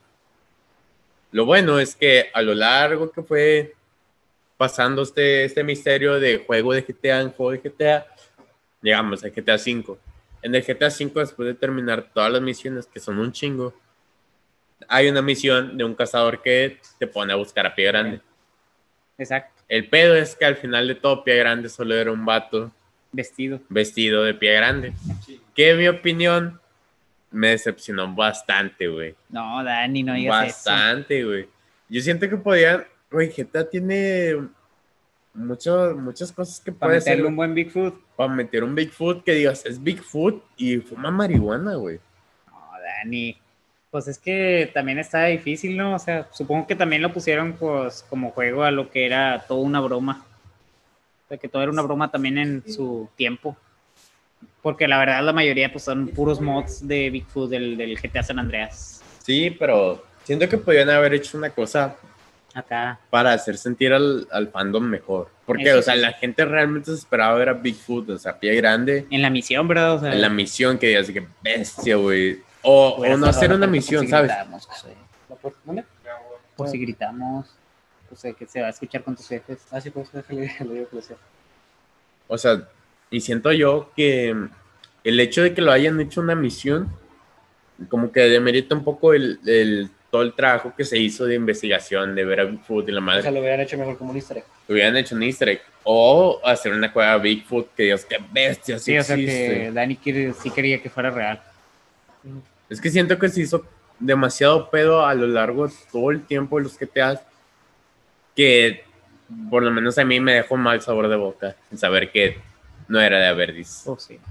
Lo bueno es que a lo largo que fue pasando este, este misterio de juego de G T A en juego de G T A, llegamos a G T A cinco. En el G T A cinco, después de terminar todas las misiones, que son un chingo, hay una misión de un cazador que te pone a buscar a Pie Grande. Exacto, El pedo es que al final de todo, Pie Grande solo era un vato vestido. vestido de Pie Grande. Que en mi opinión me decepcionó bastante, güey. No, Dani, no digas Bastante, güey. Yo siento que podían, güey, G T A tiene mucho, muchas cosas que eso. Para puede ser meterle un buen Bigfoot. para meter un Bigfoot que digas, es Bigfoot y fuma marihuana, güey. No, Dani. Pues es que también está difícil, ¿no? O sea, supongo que también lo pusieron pues como juego a lo que era toda una broma. O sea, que todo era una broma también en su tiempo. Porque la verdad la mayoría pues son puros mods de Bigfoot del, del G T A San Andreas. Sí, pero siento que podían haber hecho una cosa Acá. para hacer sentir al, al fandom mejor. Porque, Eso o sea, sí. la gente realmente se esperaba ver a Bigfoot, o sea, Pie Grande, En la misión, ¿verdad? O sea, en la misión que digas que bestia, güey. O, fuera o no cerrada hacer la una puerta misión, por si ¿sabes? Gritamos, José. ¿La puerta? ¿Dónde? Por si gritamos. O sea, que se va a escuchar con tus jefes. Ah, sí, pues déjale, le digo que lo sea. O sea, y siento yo que el hecho de que lo hayan hecho una misión, como que demerita un poco el, el, todo el trabajo que se hizo de investigación, de ver a Bigfoot y la O madre. sea, lo hubieran hecho mejor como un easter egg. Hubieran hecho un easter egg. O hacer una cueva Bigfoot que digas, qué bestia, sí, Sí, o sea existe. que Dani quiere, sí quería que fuera real. Es que siento que se hizo demasiado pedo a lo largo de todo el tiempo de los G T A que por lo menos a mí me dejó mal sabor de boca en saber que no era de Averdis. Oh, sí.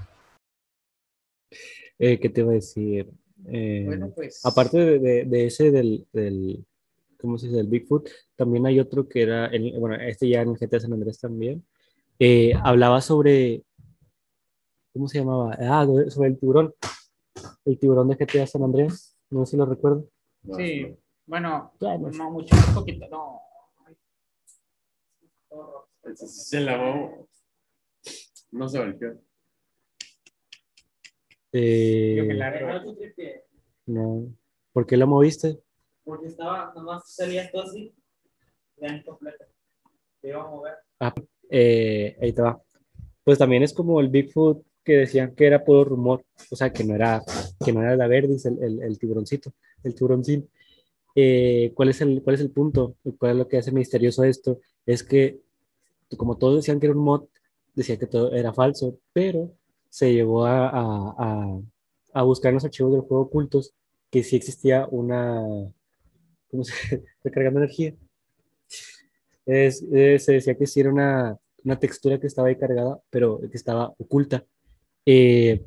Eh, ¿qué te iba a decir? Eh, Bueno, pues. aparte de, de- de ese del, del, ¿cómo se dice? Del Bigfoot, también hay otro que era, el- bueno, este ya en el G T A San Andrés también, eh, hablaba sobre, ¿cómo se llamaba? Ah, sobre el tiburón, el tiburón de G T A San Andrés, no sé si lo recuerdo. Sí. Bueno, Bueno. no mucho, un poquito, no. Se lavó. No se volvió. Eh, Yo que la no. ¿Por qué lo moviste? Porque estaba, nomás salía esto así, ya incompleta. Te iba a mover. Ah, eh, ahí te va. Pues también es como el Bigfoot que decían que era puro rumor, o sea, que no era, que no era la verdis, el, el, el tiburoncito, el tiburoncín. Eh, ¿cuál es el, cuál es el punto? ¿Cuál es lo que hace misterioso esto? Es que, como todos decían que era un mod, decía que todo era falso, pero se llevó a, a, a, a buscar en los archivos del juego ocultos que sí existía una, ¿cómo se recargando energía? Es, eh, se decía que sí era una, una textura que estaba ahí cargada, pero que estaba oculta. Eh,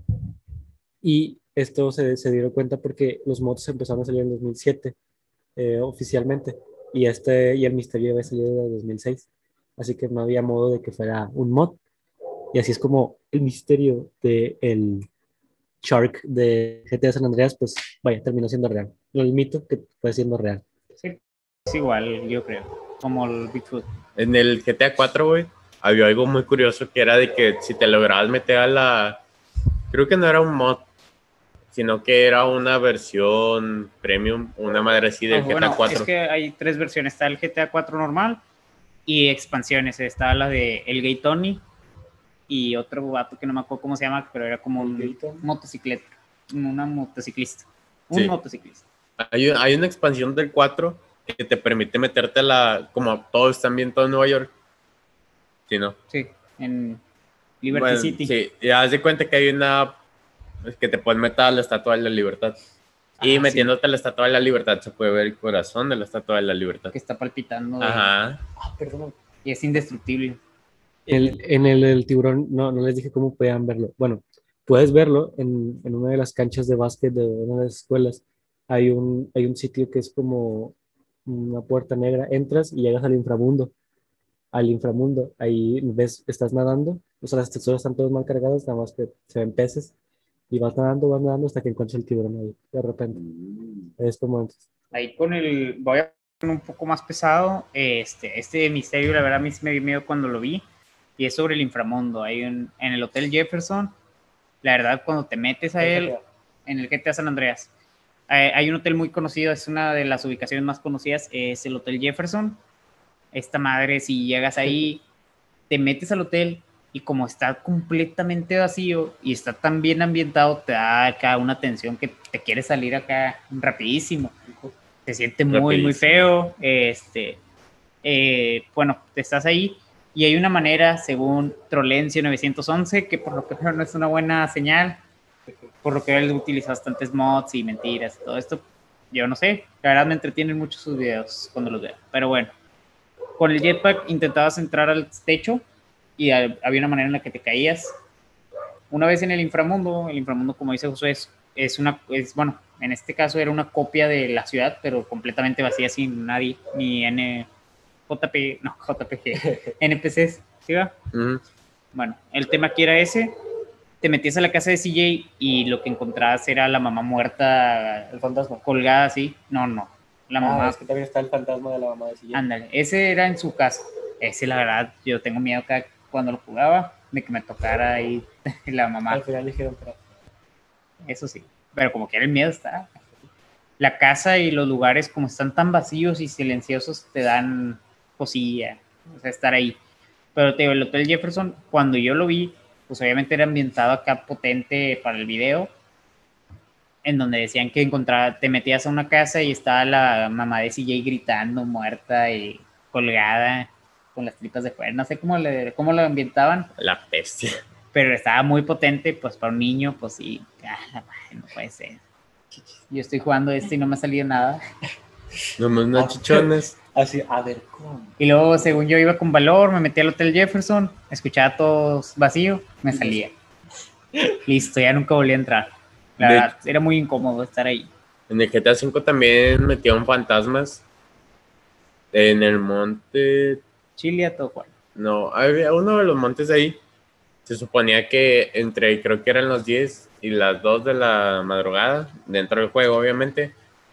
y esto se, se dieron cuenta porque los mods empezaron a salir en dos mil siete eh, oficialmente, y, este, y el misterio había salido en dos mil seis, así que no había modo de que fuera un mod, y así es como el misterio del el Shark de G T A San Andreas, pues vaya, terminó siendo real. No el mito que fue siendo real. Sí, es igual, yo creo, como el Bigfoot. En el G T A cuatro, güey, había algo muy curioso que era de que si te lograbas meter a la... Creo que no era un mod, sino que era una versión premium, una madre así del Ah, G T A bueno, cuatro. es que hay tres versiones, está el G T A cuatro normal y expansiones, está la de El Gay Tony y otro vato que no me acuerdo cómo se llama, pero era como un motocicleta, una motociclista, un Sí. motociclista. Hay, hay una expansión del cuatro que te permite meterte a la... Como todos están bien, todo en Nueva York. ¿Sí, no? Sí, en Liberty Bueno, City. sí, y haz de cuenta que hay una... Es que te puedes meter a la Estatua de la Libertad. Y Ah, metiéndote sí, a la Estatua de la Libertad se puede ver el corazón de la Estatua de la Libertad. que está palpitando de- Ajá. Ah, perdón. y es indestructible. El, en el, el tiburón, no, no les dije cómo podían verlo. Bueno, puedes verlo en, en una de las canchas de básquet de una de las escuelas. Hay un, hay un sitio que es como una puerta negra. Entras y llegas al inframundo. Al inframundo. Ahí ves, estás nadando. O sea, las texturas están todas mal cargadas, nada más que se ven peces. Y vas nadando, vas nadando hasta que encuentras el tiburón ahí, de repente. Es como antes. Ahí con el, voy a poner un poco más pesado, este, este misterio, la verdad a mí sí me dio miedo cuando lo vi, y es sobre el inframundo. Hay un, en el Hotel Jefferson, la verdad cuando te metes a él, en el G T A San Andreas, hay, hay un hotel muy conocido, es una de las ubicaciones más conocidas, es el Hotel Jefferson. Esta madre, si llegas ahí, te metes al hotel y como está completamente vacío y está tan bien ambientado, te da acá una tensión que te quiere salir acá rapidísimo. Se siente muy, Rapidísimo. muy feo. Este, eh, bueno, estás ahí y hay una manera, según Trolencio novecientos once, que por lo que veo no es una buena señal, por lo que veo él utiliza bastantes mods y mentiras y todo esto. Yo no sé, la verdad me entretienen mucho sus videos cuando los veo, pero bueno. Con el jetpack intentabas entrar al techo y había una manera en la que te caías. Una vez en el inframundo, el inframundo, como dice Josué, es, es una, es, bueno, en este caso era una copia de la ciudad, pero completamente vacía, sin nadie, ni N, J P, no, J P G, N P Cs, ¿sí va? Uh-huh. Bueno, el tema aquí era ese, te metías a la casa de C J y lo que encontrabas era la mamá muerta, El fantasma. colgada así, no, no, la mamá. Ah, es que también está el fantasma de la mamá de C J. Ándale, ese era en su casa. Ese, la verdad, yo tengo miedo cada cuando lo jugaba de que me tocara ahí la mamá. Al final dijeron, pero Eso sí, pero como que era el miedo está. La casa y los lugares como están tan vacíos y silenciosos te dan cosilla, o sea, estar ahí. Pero te digo, el Hotel Jefferson, cuando yo lo vi, pues obviamente era ambientado acá potente para el video, en donde decían que encontraba, te metías a una casa y estaba la mamá de C J gritando, muerta y colgada, con las tripas de fuera. No sé cómo, le, cómo lo ambientaban. La bestia. Pero estaba muy potente, pues para un niño, pues sí, ah, no puede ser. Yo estoy jugando esto y no me ha salido nada. Nomás unos chichones. así, a ver, ¿cómo? Y luego, según yo iba con valor, me metí al Hotel Jefferson, escuchaba todo vacío, me salía. Listo, ya nunca volví a entrar. La De- verdad, era muy incómodo estar ahí. En el G T A cinco también metieron fantasmas. En el monte... Chile a todo cual. No, había uno de los montes ahí. Se suponía que entre, creo que eran las diez y las dos de la madrugada, dentro del juego, obviamente,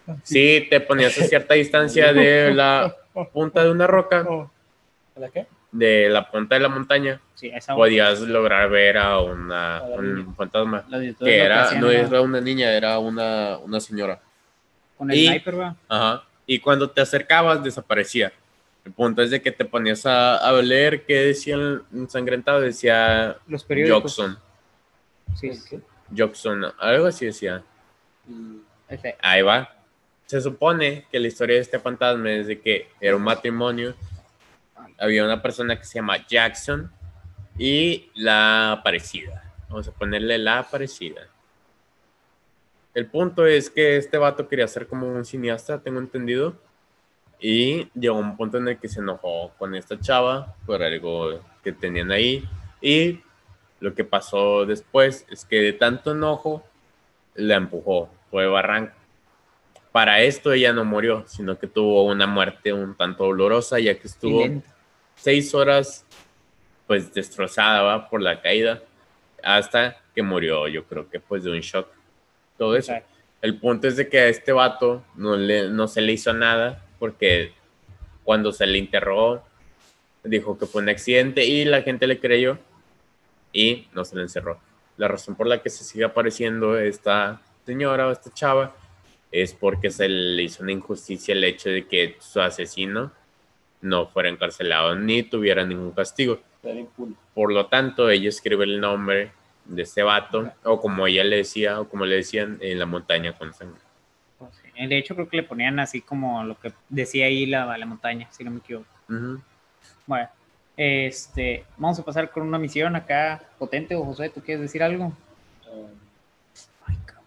Si te ponías a cierta distancia de la punta de una roca, ¿La qué? de la punta de la montaña, Sí, esa podías lograr ver a una, un fantasma. Los youtubers Que lo era, hacían no era era una niña, era una, una señora. con el y- sniper, ¿va? Ajá. Y cuando te acercabas, desaparecía. El punto es de que te ponías a, a leer qué decía el ensangrentado. Decía Los periódicos. Jackson. Sí, ¿Qué? Jackson, algo así decía. Y- ese. Ahí va. Se supone que la historia de este fantasma es de que era un matrimonio. Había una persona que se llama Jackson y la aparecida. Vamos a ponerle la aparecida. El punto es que este vato quería ser como un cineasta, tengo entendido. Y llegó un punto en el que se enojó con esta chava por algo que tenían ahí. Y lo que pasó después es que de tanto enojo la empujó por el barranco. Para esto ella no murió, sino que tuvo una muerte un tanto dolorosa, ya que estuvo Silente. seis horas pues destrozada, ¿va? Por la caída, hasta que murió, yo creo que pues de un shock. Todo eso. Exacto. El punto es de que a este vato no, le, no se le hizo nada porque cuando se le enterró dijo que fue un accidente y la gente le creyó y no se le encerró. La razón por la que se sigue apareciendo esta señora o esta chava es porque se le hizo una injusticia el hecho de que su asesino no fuera encarcelado ni tuviera ningún castigo. Era impune. Por lo tanto, ella escribe el nombre de este vato, o como ella le decía, o como le decían, en la montaña con sangre. Sí, de hecho, creo que le ponían así como lo que decía ahí la, la montaña, si no me equivoco. Uh-huh. Bueno, este, vamos a pasar con una misión acá potente. O José, ¿tú quieres decir algo? Ah, Ay, cabrón.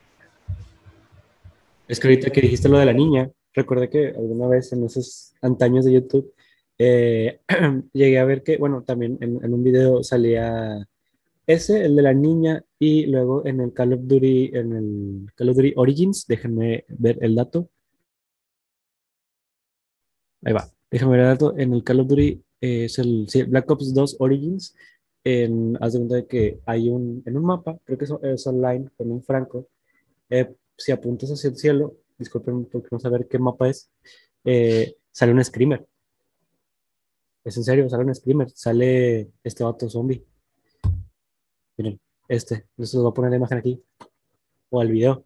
Es que ahorita que dijiste lo de la niña, recordé que alguna vez en esos antaños de YouTube eh, llegué a ver que, bueno, también en, en un video salía ese, el de la niña, y luego en el Call of Duty, en el Call of Duty Origins, déjenme ver el dato. Ahí va, déjenme ver el dato. En el Call of Duty eh, es el sí, Black Ops dos Origins. En, haz de cuenta de que hay un, en un mapa, creo que es, es online, con un franco. Eh, si apuntas hacia el cielo, disculpen porque no saber qué mapa es, eh, sale un screamer. Es en serio, sale un screamer. Sale este vato zombie. Miren, este. Les voy a poner la imagen aquí. O al video.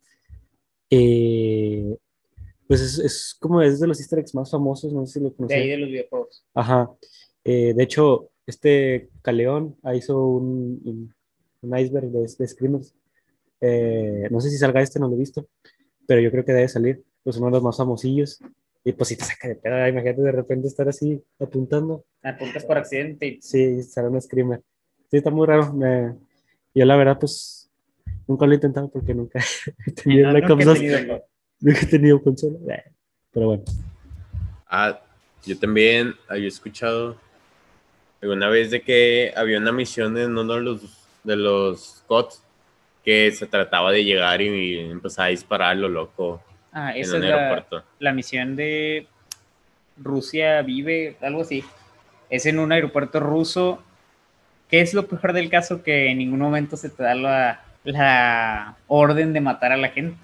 Eh, pues es, es como es de los easter eggs más famosos. No sé si lo De ahí conocen. de los videojuegos. Ajá. Eh, de hecho, este Caleón hizo un, un, un iceberg de, de screamers. Eh, no sé si salga este, no lo he visto. Pero yo creo que debe salir. Pues uno de los más famosillos. Y pues si te saca de pedo, imagínate de repente estar así apuntando. Apuntas por accidente y Sí, será un screamer. Sí, está muy raro. Me... Yo la verdad, pues, nunca lo he intentado porque nunca he tenido no, Black nunca Ops he dos. tenido- Nunca he tenido consola. Eh, Pero bueno. Ah, yo también había escuchado alguna vez de que había una misión en uno de los, de los C O D que se trataba de llegar y empezar a disparar a lo loco Ah, en esa un es la, aeropuerto. la misión de Rusia Vive, algo así. Es en un aeropuerto ruso. ¿Qué es lo peor del caso? Que en ningún momento se te da la, la orden de matar a la gente.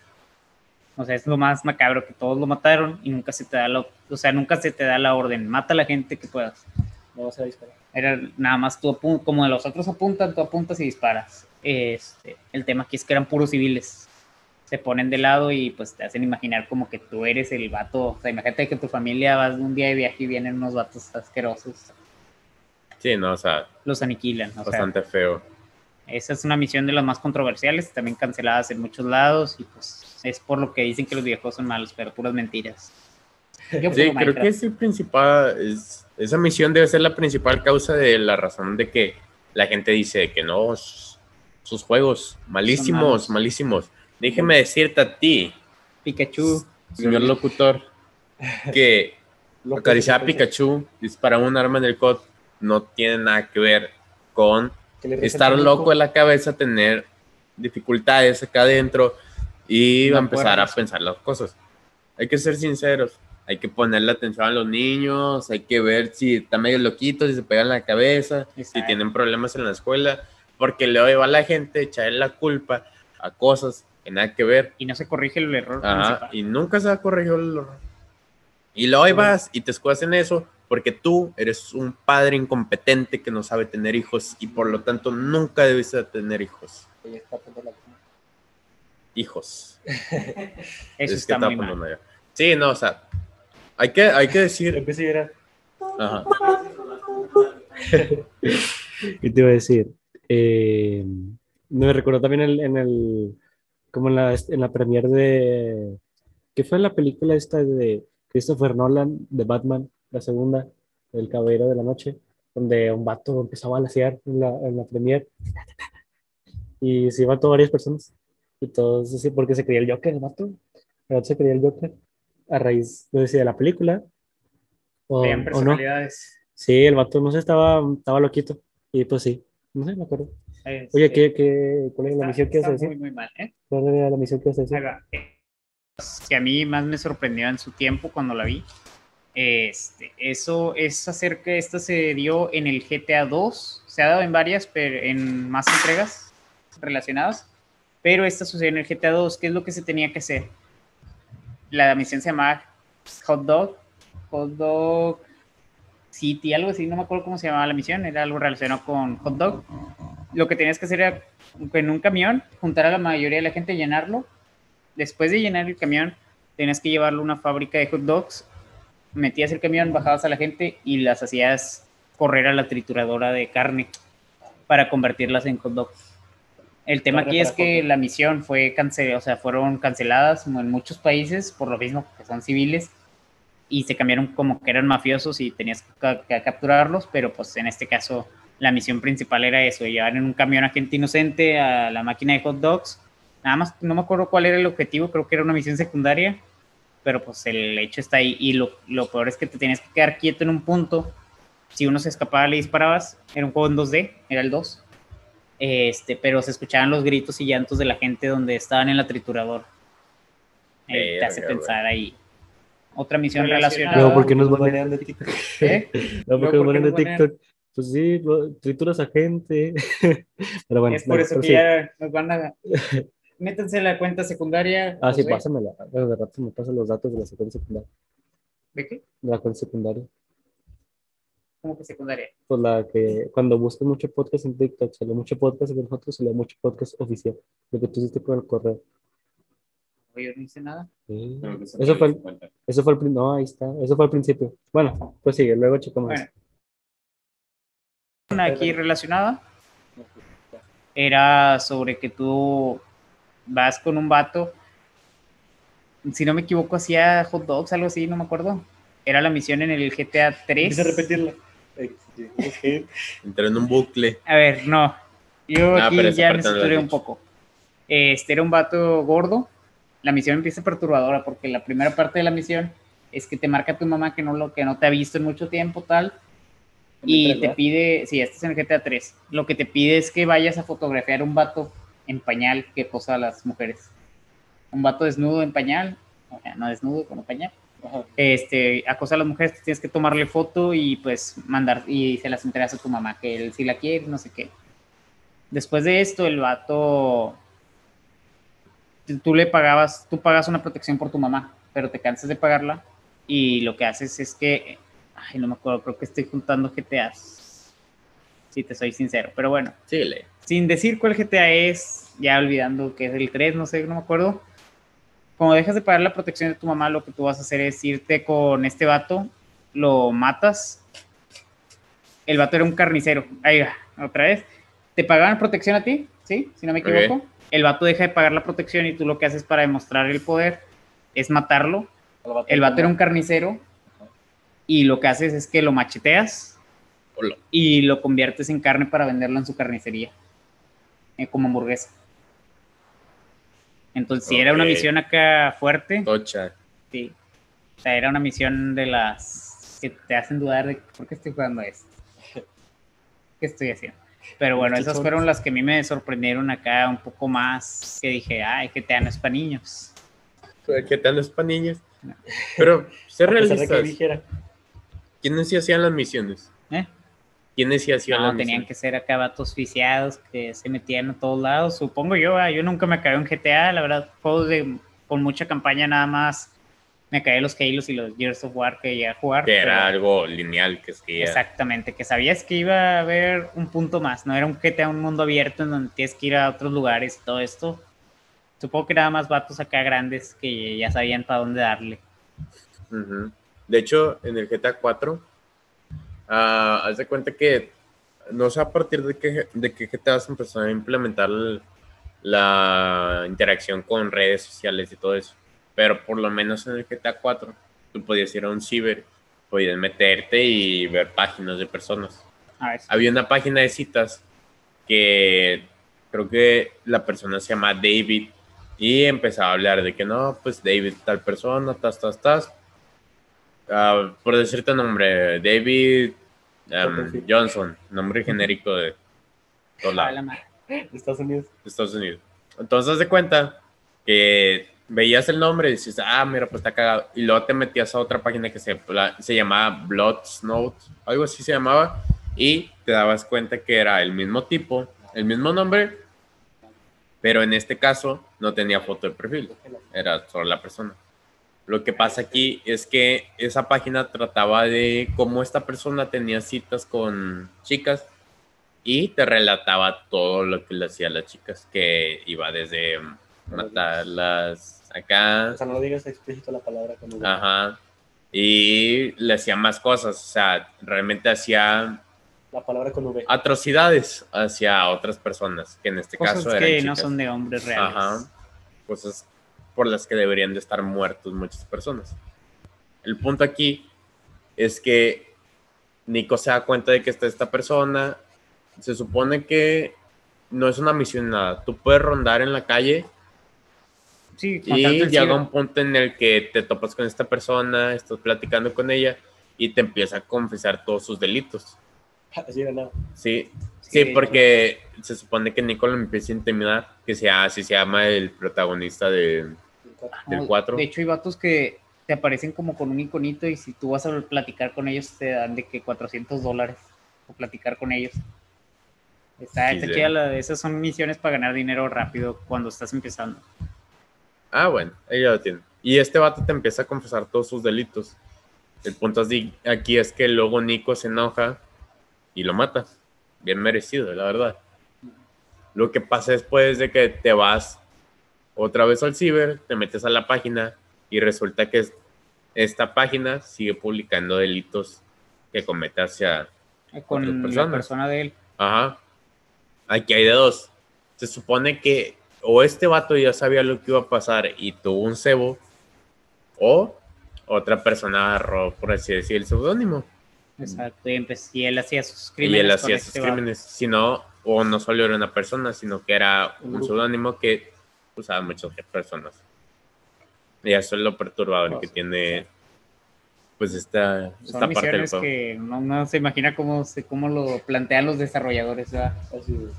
O sea, es lo más macabro, que todos lo mataron y nunca se te da la, o sea, nunca se te da la orden. Mata a la gente que puedas. no vas a disparar. Era nada más tú apuntas, como los otros apuntan, tú apuntas y disparas. Este, el tema aquí es que eran puros civiles. Se ponen de lado y pues te hacen imaginar como que tú eres el vato. O sea, imagínate que tu familia vas un día de viaje y vienen unos vatos asquerosos. Sí, no, o sea, Los aniquilan. O sea, bastante feo. esa es una misión de las más controversiales, también canceladas en muchos lados y pues es por lo que dicen que los videojuegos son malos, pero puras mentiras. Yo Sí, juego creo Minecraft. que es el principal, es, esa misión debe ser la principal causa de la razón de que la gente dice que no, sus, sus juegos, malísimos, malos. malísimos. Déjeme decirte a ti, Pikachu, señor locutor, que Lo que acariciar a se- Pikachu, disparar un arma en el C O D, no tiene nada que ver con que le reza estar el loco truco. en la cabeza, tener dificultades acá adentro y No va a empezar puedes. a pensar las cosas. Hay que ser sinceros, hay que ponerle atención a los niños, hay que ver si están medio loquitos, si se pegan la cabeza, si Exacto. tienen problemas en la escuela, porque luego va la gente a echarle la culpa a cosas que nada que ver. Y no se corrige el error Ajá, principal. y nunca se ha corregido el error. Y luego ahí vas y te escudas en eso porque tú eres un padre incompetente que no sabe tener hijos y por lo tanto nunca debes de tener hijos. Ella está poniendo la cama. Hijos. Eso Es está que muy está mal. poniendo allá. Sí, no, o sea, hay que, hay que decir. Empecé a llorar. Ajá. ¿Qué te iba a decir? Eh, me recordó también el- en el, como en la, en la premiere de, ¿qué fue la película esta de Christopher Nolan, de Batman, la segunda, El Caballero de la Noche, donde un vato empezó a balacear en la, en la premiere y se mató varias personas y todos, así, porque se creía el Joker, el vato, el vato se creía el Joker a raíz, no sé si de la película o, Vean o no. personalidades. Sí, el vato no sé, estaba, estaba loquito. Y pues sí, no sé, me acuerdo. Este, Oye, ¿qué, qué, ¿cuál es la está, misión que vas a está muy, decir? muy mal, ¿eh? ¿Cuál era la misión que vas a decir? Ahí va. Que a mí más me sorprendió en su tiempo cuando la vi. Este, eso es acerca, esta se dio en el G T A dos, se ha dado en varias, pero en más entregas relacionadas, pero esta sucedió en el G T A dos. ¿Qué es lo que se tenía que hacer? La misión se llamaba Hot Dog, Hot Dog City, algo así, no me acuerdo cómo se llamaba la misión, era algo relacionado con hot dog. Lo que tenías que hacer era en un camión, juntar a la mayoría de la gente, llenarlo. Después de llenar el camión, tenías que llevarlo a una fábrica de hot dogs, metías el camión, bajabas a la gente y las hacías correr a la trituradora de carne para convertirlas en hot dogs. El tema aquí es que la misión fue cancelada, o sea, fueron canceladas en muchos países por lo mismo que son civiles y se cambiaron como que eran mafiosos y tenías que, que capturarlos, pero pues en este caso la misión principal era eso, llevar en un camión a gente inocente a la máquina de hot dogs. Nada más no me acuerdo cuál era el objetivo, creo que era una misión secundaria, pero pues el hecho está ahí y lo, lo peor es que te tenías que quedar quieto en un punto. Si uno se escapaba le disparabas, era un juego en dos D, era el dos, este, pero se escuchaban los gritos y llantos de la gente donde estaban en la trituradora. Eh, te hace Verga, pensar ahí. Otra misión Relacionada. relacionada. Luego, ¿por qué nos Nos banean? banean de TikTok. ¿Eh? Luego, ¿por qué Luego, nos banean de ¿por qué nos TikTok? Pues sí, lo- trituras a gente. Pero bueno, Es por dale, eso que prosigue. ya nos van a... Métanse a la cuenta secundaria. Ah, sí, José. pásamela. Bueno, de rato me pasan los datos de la secuencia secundaria. ¿De qué? De la cuenta secundaria. ¿Cómo que secundaria? Pues la que cuando buscas mucho podcast en TikTok, sale mucho podcast de nosotros, sale mucho podcast oficial. Lo que tú hiciste con el correo. Oye, yo no hice nada. Sí. Pero que se Eso fue, pierde el- su cuenta. eso fue el prin- no, ahí está, eso fue al principio. Bueno, pues sigue, luego checamos. Bueno. Una aquí relacionada era sobre que tú vas con un vato, si no me equivoco, hacía hot dogs, algo así, no me acuerdo. Era la misión en el G T A tres. Empieza a repetirla. Ok. Entré en un bucle. A ver, no. Yo Ah, aquí pero esa ya me parte no la saturé has un dicho. poco. Este era un vato gordo. La misión empieza perturbadora porque la primera parte de la misión es que te marca tu mamá que no, lo, que no te ha visto en mucho tiempo, tal. Y te pide, sí, este es en el G T A tres. Lo que te pide es que vayas a fotografiar un vato en pañal que posa a las mujeres. Un vato desnudo en pañal, o sea, no desnudo, con un pañal. Ajá. Este, acosa a las mujeres, tienes que tomarle foto y pues mandar, y se las entregas a tu mamá, que él sí la quiere, no sé qué. Después de esto, el vato, tú le pagabas, tú pagas una protección por tu mamá, pero te cansas de pagarla y lo que haces es que, ay, no me acuerdo, creo que estoy juntando G T As, si te soy sincero, pero bueno, Síguele. sin decir cuál G T A es, ya olvidando que es el tres, no sé, no me acuerdo. Como dejas de pagar la protección de tu mamá, lo que tú vas a hacer es irte con este vato, lo matas. El vato era un carnicero. Ahí va, otra vez. ¿Te pagaban protección a ti? ¿Sí? Si no me equivoco. Ok. El vato deja de pagar la protección y tú lo que haces para demostrar el poder es matarlo. El vato era un carnicero y lo que haces es que lo macheteas Hola. y lo conviertes en carne para venderlo en su carnicería, eh, como hamburguesa. Entonces, si era una Ok. misión acá fuerte, Tocha. sí. O sea, era una misión de las que te hacen dudar de por qué estoy jugando esto. ¿Qué estoy haciendo? Pero bueno, esas fueron las que a mí me sorprendieron acá un poco más, que dije, ay, que te dan es para niños. ¿Qué tal los panillos? Pero, ser A pesar de que realistas. dijera. ¿Quiénes sí hacían las misiones? ¿Eh? ¿Quiénes sí hacían No, las tenían misiones? que ser acá vatos viciados que se metían a todos lados. Supongo yo, ah, yo nunca me caí en G T A, la verdad, juegos de, con mucha campaña nada más. Me caí los Halos y los Gears of War que llegué a jugar. Que era pero algo lineal, que es que ya- exactamente, que sabías que iba a haber un punto más. No era un G T A, un mundo abierto en donde tienes que ir a otros lugares y todo esto. Supongo que nada más vatos acá grandes que ya sabían para dónde darle. Ujú. De hecho, en el G T A cuatro, ah, haz de cuenta que no sé a partir de qué, de qué G T A se empezó a implementar el- la interacción con redes sociales y todo eso. Pero por lo menos en el G T A cuatro, tú podías ir a un ciber, podías meterte y ver páginas de personas. A ver, Había una página de citas que creo que la persona se llama David y empezaba a hablar de que no, pues David, tal persona, tas, tas, tas. Ah, por decirte nombre, David um, Johnson, nombre genérico de todos a lados, la madre. De Estados Unidos. de Estados Unidos. Entonces, haz de cuenta que veías el nombre y dices, ah, mira, pues está cagado. Y luego te metías a otra página que se, se llamaba Bloodsnow, algo así se llamaba, y te dabas cuenta que era el mismo tipo, el mismo nombre, pero en este caso no tenía foto de perfil, era solo la persona. Lo que pasa aquí es que esa página trataba de cómo esta persona tenía citas con chicas y te relataba todo lo que le hacía a las chicas, que iba desde matarlas acá, O sea, no lo digas explícito la palabra con V. ajá, y le hacía más cosas, o sea, realmente hacía La palabra con V. atrocidades hacia otras personas, que en este Cosas caso eran que chicas. no son de hombres reales. Ajá, cosas por las que deberían de estar muertos muchas personas. El punto aquí es que Nico se da cuenta de que está esta persona. Se supone que no es una misión nada. Tú puedes rondar en la calle Sí, contacto y el llega ciber. un punto en el que te topas con esta persona, estás platicando con ella y te empieza a confesar todos sus delitos. Así de nada. Sí, Sí, sí, porque se supone que Nico lo empieza a intimidar, que sea, así se llama el protagonista de, del No, cuatro. de hecho, hay vatos que te aparecen como con un iconito y si tú vas a platicar con ellos te dan de que cuatrocientos dólares por platicar con ellos. Está, está Quise. chida, la- esas son misiones para ganar dinero rápido cuando estás empezando. Ah, bueno, ella lo tiene. Y este vato te empieza a confesar todos sus delitos. El punto así- aquí es que luego Nico se enoja y lo mata. Bien merecido, la verdad. Lo que pasa después de que te vas otra vez al ciber, te metes a la página y resulta que es- esta página sigue publicando delitos que comete hacia otras Con la personas. persona de él. Ajá. Aquí hay de dos. Se supone que o este vato ya sabía lo que iba a pasar y tuvo un cebo, o otra persona agarró, por así decir, el seudónimo. Exacto. Y, empe- y él hacía sus Y crímenes. él con hacía sus este vato. crímenes. Si no, o no solo era una persona, sino que era Un un grupo. seudónimo que usaba muchas personas. Y eso es lo perturbador No, que sí, tiene, pues, esta, esta Son parte del misiones juego. que no, no se imagina cómo, se, cómo lo plantean los desarrolladores. ¿Verdad? Así es.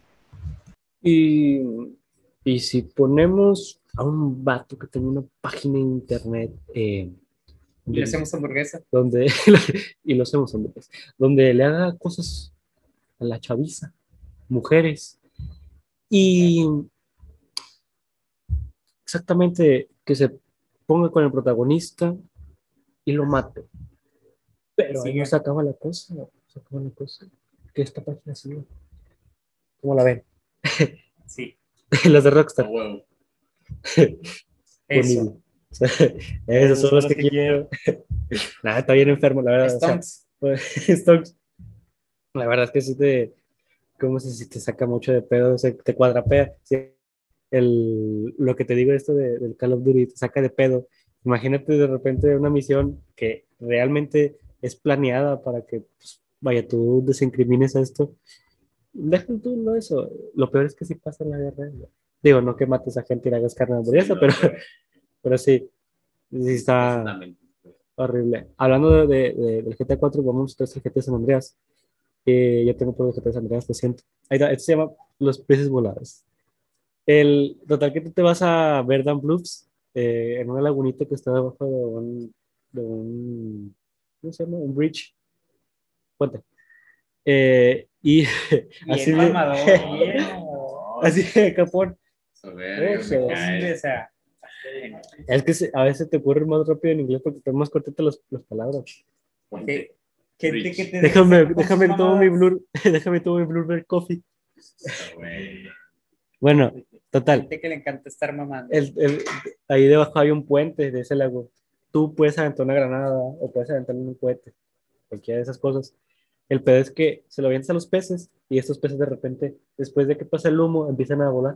Y, y si ponemos a un vato que tiene una página en internet eh, Y le hacemos hamburguesa. donde y lo hacemos hombres, donde le haga cosas a la chaviza, mujeres, y exactamente que se ponga con el protagonista y lo mate. Pero ahí Sigue. no se acaba la cosa, no se acaba la cosa. Que esta página sigue. ¿Cómo la ven? Sí. Las de Rockstar. huevo. Eso. Conmigo. O sea, esos son los que, quiero. Nada, está bien enfermo, la verdad. O sea, Stonks. Stonks. La verdad es que sí te, ¿cómo se si te saca mucho de pedo? O sea, te cuadrapea. Sí, el, lo que te digo esto de, del Call of Duty te saca de pedo. Imagínate de repente una misión que realmente es planeada para que, pues, vaya, tú desincrimines a esto. Déjalo tú, no eso. Lo peor es que sí pasa en la guerra. ¿No? Digo, no que mates a gente y le hagas carne de hamburguesa, Sí, no, pero, pero- pero sí, sí está Exactamente. horrible. Hablando de, de, de- del G T A cuatro, vamos a el G T A San Andreas. Eh, yo tengo todo el G T A San Andreas, lo siento. Ahí está, esto se llama Los Peces Volados. El total que tú te vas a Verdant Bluffs, eh, en una lagunita que está debajo de un, de un, ¿cómo se llama? Un bridge, puente. Eh, y Y así es de, mamador, bien mamador. así de capón. A ver, Eso. me cae. O sea, Es que se- a veces te ocurre más rápido en inglés porque están más cortitas las, las palabras. ¿qué- gente que te Déjame, saca con déjame sus tomo mi mamadas. blur, déjame tomo mi Blueberry Coffee. Ah, güey. Bueno, total. Gente que le encanta estar mamando. El, el- ahí debajo hay un puente de ese lago. Tú puedes aventar una granada o puedes aventar un cohete, cualquiera de esas cosas. El pedo es que se lo avientas a los peces y estos peces de repente, después de que pasa el humo, empiezan a volar.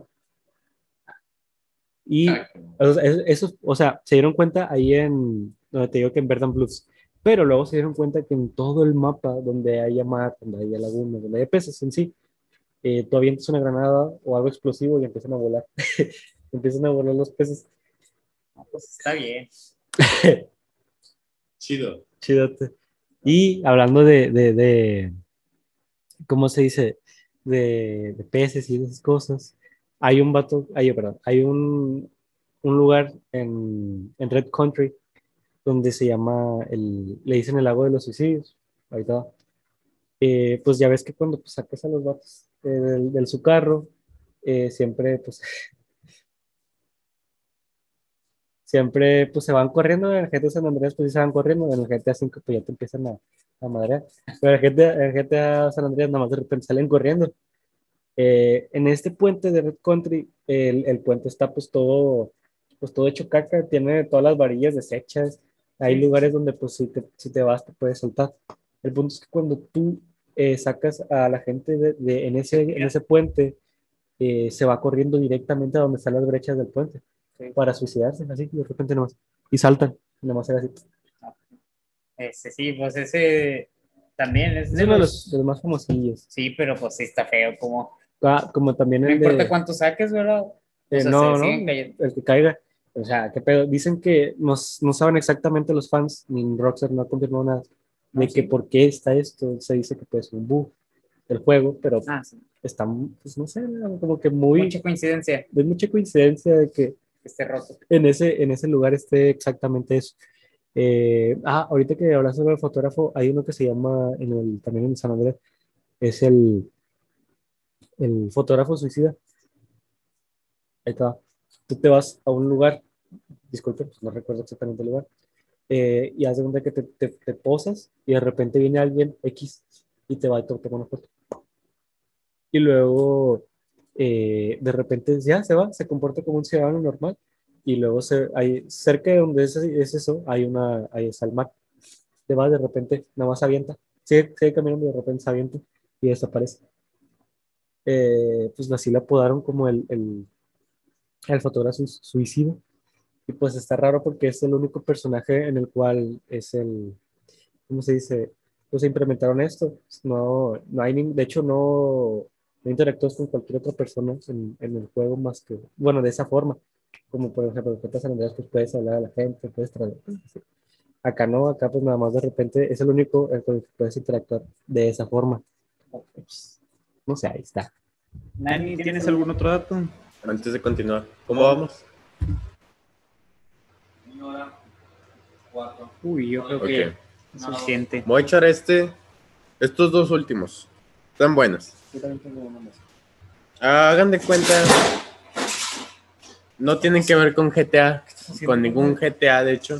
Y Ah, o sea, eso, eso- o sea, se dieron cuenta ahí en, donde te digo que en Verdant Bluffs, pero luego se dieron cuenta que en todo el mapa donde haya mar, donde haya lagunas, donde haya peces en sí, eh, tú avientas una granada o algo explosivo y empiezan a volar. Empiezan a volar los peces. Pues está bien. chido. Chidote. Y hablando de, de, de ¿cómo se dice? De, de peces y esas cosas. Hay un vato, hay, perdón, hay un, un lugar en, en Red Country donde se llama, el, le dicen el lago de los suicidios. Ahí está. Eh, pues ya ves que cuando pues, sacas a los vatos eh, del, del su carro, eh, siempre pues siempre pues se van corriendo. En el G T A San Andreas pues sí se van corriendo, en el G T A cinco pues ya te empiezan a, a madrear, pero en el G T A, en el G T A San Andreas nada más de repente salen corriendo. Eh, en este puente de Red Country, el, el puente está pues todo, pues todo hecho caca, tiene todas las varillas deshechas, hay Sí. lugares donde pues si te, si te vas te puedes soltar. El punto es que cuando tú eh, sacas a la gente de, de- en, ese, en ese puente, eh, se va corriendo directamente a donde están las brechas del puente Sí. para suicidarse, así de repente nomás, y saltan, nomás era así. Ese sí, pues ese también es Es de uno de los... los, de los más famosillos. Sí, pero pues sí está feo, como... Ah, como también No el importa de... cuánto saques, ¿verdad? O Eh, sea, no, se no, siguen cayendo. el que caiga. O sea, qué pedo. Dicen que no, no saben exactamente los fans, ni Rockstar no ha confirmado nada, de No, que sí. por qué está esto. Se dice que puede ser un bug del juego, pero Ah, sí. está, pues no sé, como que muy, Mucha coincidencia es mucha coincidencia de que que esté roto. en ese, en ese lugar esté exactamente eso. Eh, ah, ahorita que hablas sobre el fotógrafo, hay uno que se llama, en el, también en San Andrés, es el, el fotógrafo suicida. Ahí está. Tú te vas a un lugar, disculpe, pues no recuerdo exactamente el lugar, eh, y haz de cuenta que te, te, te posas y de repente viene alguien X y te va y te toma una foto. Y luego, eh, de repente ya se va, se comporta como un ciudadano normal. Y luego se, hay, cerca de donde es, es eso, hay una, hay está el mar. Te va de repente, nada más se avienta. Sigue, sigue caminando y de repente se avienta y desaparece. Eh, pues así le apodaron como el, el, el fotógrafo suicida. Y pues está raro porque es el único personaje en el cual es el, ¿cómo se dice? Pues implementaron esto. No, no hay, ni- de hecho, no, no interactúas con cualquier otra persona en, en el juego más que, bueno, de esa forma. Como por ejemplo, en G T A San Andreas, pues puedes hablar a la gente, puedes traer. Acá no, acá pues nada más de repente es el único en el que puedes interactuar de esa forma. Pues, no sé, ahí está. Nani, ¿tienes algún otro dato? Antes de continuar, ¿cómo vamos? Uy, yo creo Ok. que es suficiente. Voy a echar este, estos dos últimos. Están buenos. Yo también tengo uno más. Hagan de cuenta, no tienen que ver con G T A, con ningún G T A de hecho.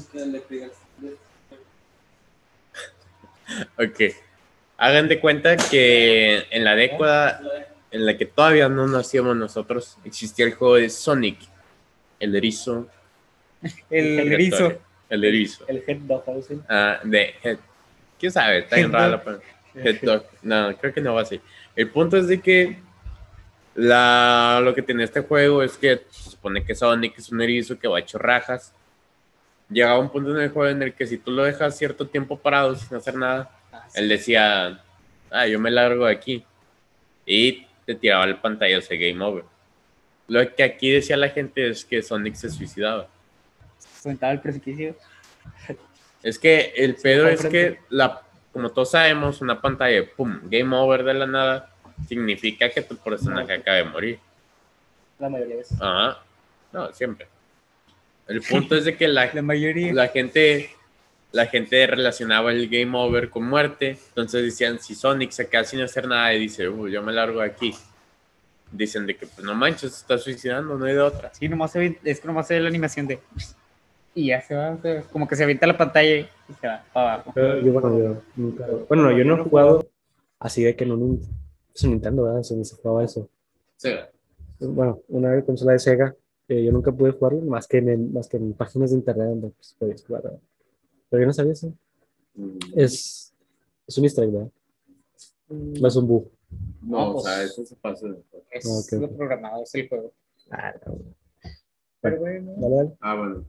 Ok. Hagan de cuenta que en la década en la que todavía no nacíamos nosotros, existía el juego de Sonic, el erizo. El erizo. El erizo. El Head Dog Housing. Ah, de Head. ¿Quién sabe? Está bien Head raro. Dog. Pero... Head Dog. No, creo que no va así. El punto es de que la... lo que tiene este juego es que se supone que Sonic es un erizo que va hecho rajas. Llegaba un punto en el juego en el que si tú lo dejas cierto tiempo parado sin hacer nada, él decía, ah, yo me largo de aquí. Y te tiraba el pantallazo de Game Over. Lo que aquí decía la gente es que Sonic se suicidaba. Sentaba el precipicio. Es que el pedo fue es al que, frente. la, como todos sabemos, una pantalla de pum, Game Over de la nada, significa que tu personaje acaba de morir. La mayoría de veces. Ajá. No, siempre. El punto es de que la, La mayoría. la gente la gente relacionaba el game over con muerte. Entonces decían, si Sonic se queda sin hacer nada y dice, uh, yo me largo de aquí, dicen de que, pues no manches, se está suicidando, no hay de otra. Sí, nomás se ve, es que nomás se ve la animación de... Y ya se va, se- como que se avienta la pantalla y se va para abajo. Pero yo, bueno, yo nunca, bueno, no, yo no he jugado así de que en un, pues, en Nintendo, ¿verdad? Se, se jugaba eso. Sí. Bueno, una consola de Sega, eh, yo nunca pude jugarlo, más que en, más que en páginas de internet donde pues, podías jugar, ¿verdad? Pero yo no sabía eso. Es, es un easter egg, ¿verdad? No es un bug. No, No, o sea, pues- eso se pasa. Es Ah, ok, lo ok. programado, es el juego. Ah, no. Pero bueno. Dale, dale. Ah, bueno.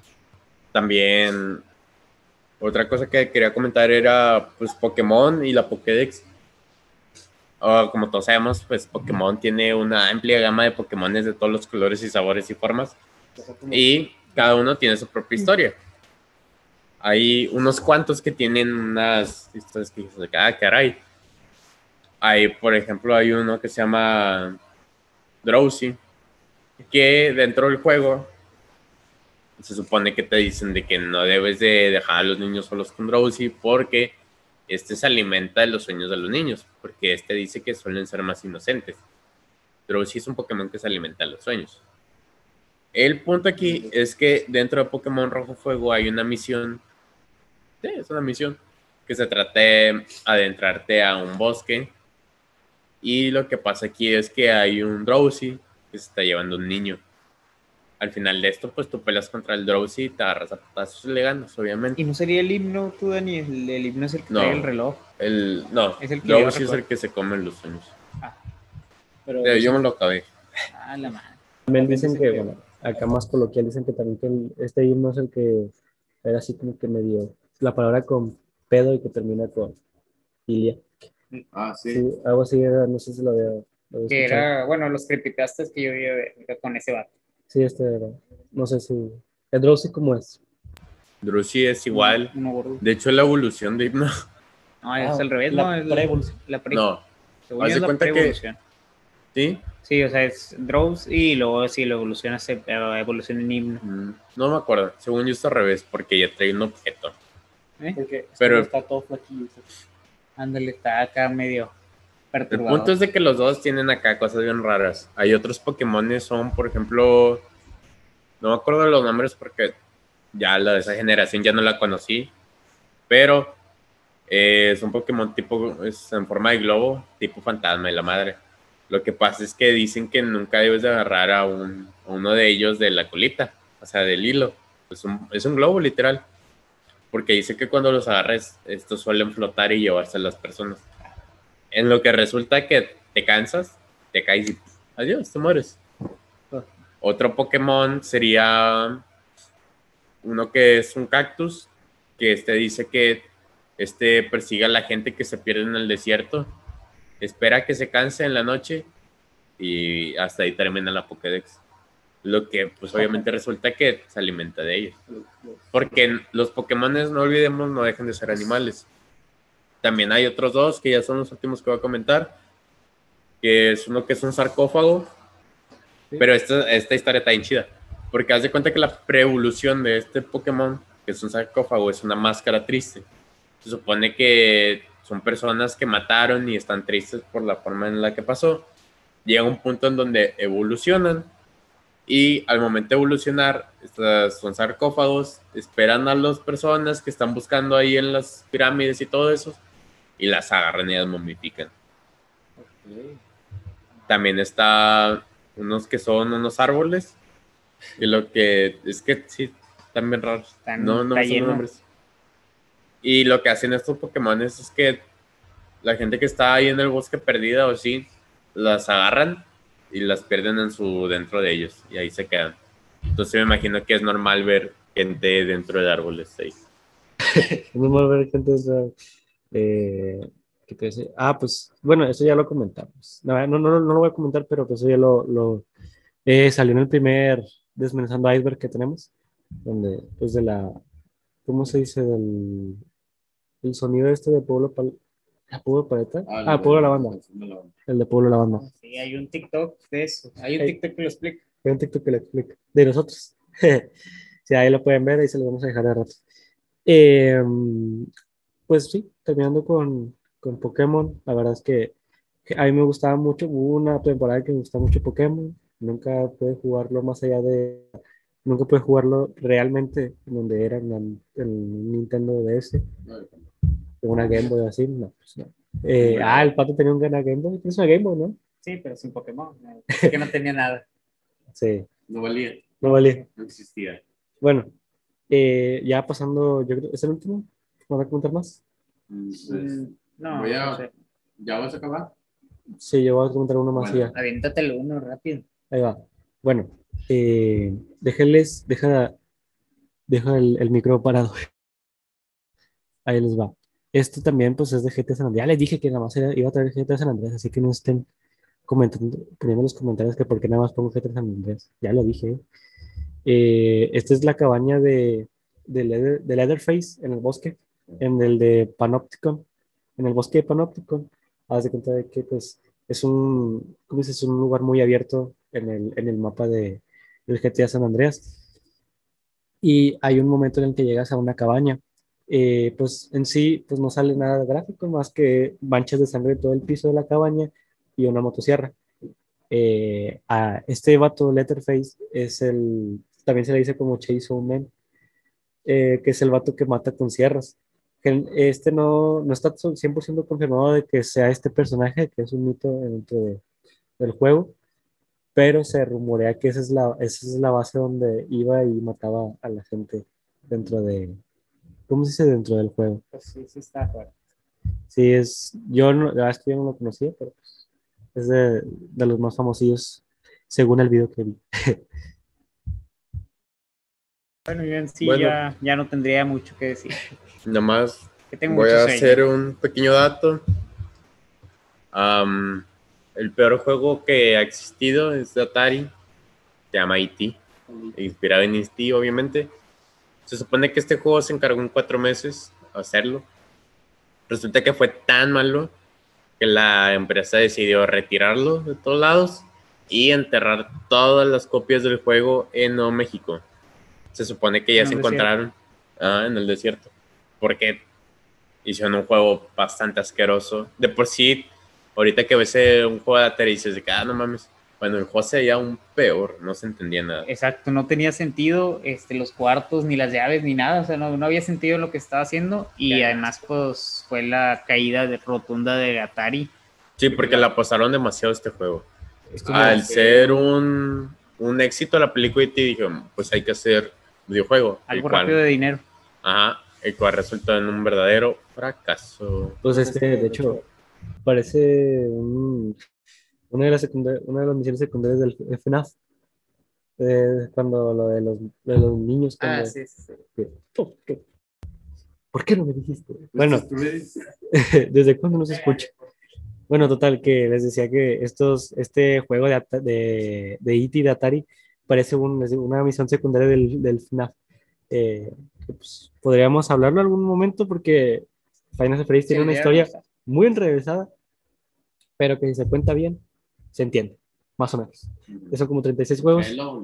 También, otra cosa que quería comentar era, pues, Pokémon y la Pokédex. Ah, como todos sabemos, pues, Pokémon tiene una amplia gama de Pokémones de todos los colores y sabores y formas. Y cada uno tiene su propia historia. Hay unos cuantos que tienen unas historias que dices, ah, caray. Hay, por ejemplo, hay uno que se llama Drowsy, que dentro del juego se supone que te dicen de que no debes de dejar a los niños solos con Drowsy porque este se alimenta de los sueños de los niños, porque este dice que suelen ser más inocentes. Drowsy es un Pokémon que se alimenta de los sueños. El punto aquí es que dentro de Pokémon Rojo Fuego hay una misión, sí, es una misión, que se trata de adentrarte a un bosque y lo que pasa aquí es que hay un Drowsy que se está llevando un niño. Al final de esto, pues tú peleas contra el Drowsy y te agarras a patazos y le ganas, obviamente. ¿Y no sería el himno, tú, Dani? El, el himno es el que No. trae el reloj. El, no, Es el que Drowsy lleva es el recuerdo. que se come los sueños. Pero Eh, yo me lo acabé. Ah, la madre. También dicen que, bueno, acá más coloquial dicen que también que el- este himno es el que era así como que medio la palabra con pedo y que termina con ilia. Ah, Sí, algo así era, no sé si lo había, lo había Que escuchado. era, bueno, los creepypastas que yo vi eh, con ese vato. Sí, este era, no sé si, el Drowsy cómo es. Drowsy es igual. Uno gordo. De hecho, la evolución de Hypno. No, es Ah, al revés, la ¿no? Es pre-evolución. La pre No, Según haz yo de es la cuenta que- pre-evolución. ¿sí? Sí, o sea, es Drows y luego si lo evoluciona, se eh, evoluciona en himno. Mm, No me acuerdo. Según yo está al revés, porque ya trae un objeto. ¿Eh? Porque Pero- pero está todo flaquito. Ándale, está acá medio El perturbado. punto es de que los dos tienen acá cosas bien raras. Hay otros Pokémones, son, por ejemplo, no me acuerdo de los nombres porque ya la de esa generación ya no la conocí, pero eh, es un Pokémon tipo, es en forma de globo, tipo fantasma y la madre. Lo que pasa es que dicen que nunca debes de agarrar a, un, a uno de ellos de la colita, o sea, del hilo. Es un, es un globo literal, porque dice que cuando los agarres, estos suelen flotar y llevarse a las personas. En lo que resulta que te cansas, te caes y adiós, te mueres. Otro Pokémon sería uno que es un cactus, que este dice que este persigue a la gente que se pierde en el desierto, espera que se canse en la noche y hasta ahí termina la Pokédex. Lo que pues obviamente resulta que se alimenta de ellos. Porque los Pokémones, no olvidemos, no dejan de ser animales. También hay otros dos que ya son los últimos que voy a comentar, que es uno que es un sarcófago, pero esta, esta historia está bien chida, porque haz de cuenta que la pre-evolución de este Pokémon, que es un sarcófago, es una máscara triste. Se supone que son personas que mataron y están tristes por la forma en la que pasó. Llega un punto en donde evolucionan y al momento de evolucionar, estos son sarcófagos, esperan a las personas que están buscando ahí en las pirámides y todo eso y las agarran y las momifican. También está unos que son unos árboles y lo que es que sí, están bien raros. Están- no, no está me sé los lleno. nombres. Y lo que hacen estos Pokémon es que la gente que está ahí en el bosque perdida o así, las agarran y las pierden en su dentro de ellos y ahí se quedan. Entonces me imagino que es normal ver gente dentro de árboles ahí. Es normal ver gente, o sea, eh, ¿qué te decía? Ah, pues, bueno, eso ya lo comentamos. No, no, no, no lo voy a comentar, pero pues eso ya lo, lo eh, salió en el primer Desmenuzando Iceberg que tenemos, donde, pues, de la, ¿cómo se dice? Del el sonido este de Pueblo Pal ¿Ah, Pueblo Paleta? Ah, Pueblo Lavanda. El de Pueblo Lavanda. Sí, hay un TikTok de eso. Hay un Hey. TikTok que lo explica. Hay un TikTok que le explica. De nosotros. Sí, ahí lo pueden ver, ahí se lo vamos a dejar de rato. Eh, pues sí, terminando con, con Pokémon, la verdad es que, que a mí me gustaba mucho, hubo una temporada que me gustaba mucho Pokémon, nunca pude jugarlo más allá de, nunca pude jugarlo realmente en donde era en, el en Nintendo D S, una Game Boy así, no, pues no. Eh, ah, el pato tenía un Game Boy, tienes una Game Boy, ¿no? Sí, pero sin Pokémon. eh, Así que no tenía nada. Sí, No valía, no valía. no existía. Bueno, eh, ya pasando, yo creo, ¿es el último? ¿Van a comentar más? Mm, pues, Mm, no, voy a- no sé. ¿Ya vas a acabar? Sí, yo voy a comentar uno más y Bueno. ya. Aviéntatelo uno rápido. Ahí va. Bueno, eh, déjenles, deja, deja el, el micro parado. Ahí les va. Esto también, pues, es de G T A San Andreas. Ya les dije que nada más era- iba a traer G T A San Andreas, así que no estén comentando, poniendo en los comentarios que por qué nada más pongo G T A San Andreas. Ya lo dije. Eh, esta es la cabaña de, de, Leather- de Leatherface en el bosque, en el de Panopticon, en el bosque de Panopticon. Haz de cuenta de que, pues, es un, ¿cómo dices? Es un lugar muy abierto en el, en el mapa de, del G T A San Andreas. Y hay un momento en el que llegas a una cabaña. Eh, pues en sí, pues no sale nada gráfico más que manchas de sangre en todo el piso de la cabaña y una motosierra. Eh, a este vato Letterface es el, también se le dice como Chainsaw Man, eh, que es el vato que mata con sierras. Que este no, no está cien por ciento confirmado de que sea este personaje, que es un mito dentro de- del juego, pero se rumorea que esa es la, esa es la base donde iba y mataba a la gente dentro de, ¿cómo se dice? Dentro del juego. Pues sí, sí está fuerte. Sí, es, yo no, la verdad es que yo no lo conocía, pero pues, es de, de los más famosillos según el video que vi. Bueno, yo en sí Bueno. ya, ya no tendría mucho que decir. Nada más Que tengo voy mucho a sueño. hacer un pequeño dato. Am, el peor juego que ha existido es de Atari. Se llama E T Inspirado en E T, obviamente. Se supone que este juego se encargó en cuatro meses hacerlo. Resulta que fue tan malo que la empresa decidió retirarlo de todos lados y enterrar todas las copias del juego en Nuevo México. Se supone que ya En se un encontraron ah, en el desierto. Porque hicieron un juego bastante asqueroso. De por sí, ahorita que ves eh, un juego de Atari y dices de que, ah, no mames. Bueno, el juego se veía aún peor, no se entendía nada. Exacto, no tenía sentido este, los cuartos, ni las llaves, ni nada, o sea, no, no había sentido lo que estaba haciendo y Ya, además pues fue la caída de rotunda de Atari. Sí, porque la pasaron demasiado este juego. Esto me- Al ser un, un éxito la película, y te dije, pues hay que hacer videojuego. el Algo cual- rápido de dinero. Ajá, el cual resultó en un verdadero fracaso. Pues este, de hecho, parece un- una de las secundar- una de las misiones secundarias del F NAF. Eh, cuando lo de los, de los niños, cuando, Ah, sí, sí, sí. que, ¿por qué? ¿Por qué no me dijiste? Bueno, ¿desde cuándo no se escucha? Bueno, total, que les decía que estos, este juego de, Ata- de, de E T de Atari parece un- es una misión secundaria del, del F NAF. Eh, que, pues, podríamos hablarlo en algún momento porque Final Fantasy tiene una debería historia gustar. muy enrevesada, pero que si se cuenta bien, se entiende, más o menos. Son como treinta y seis juegos.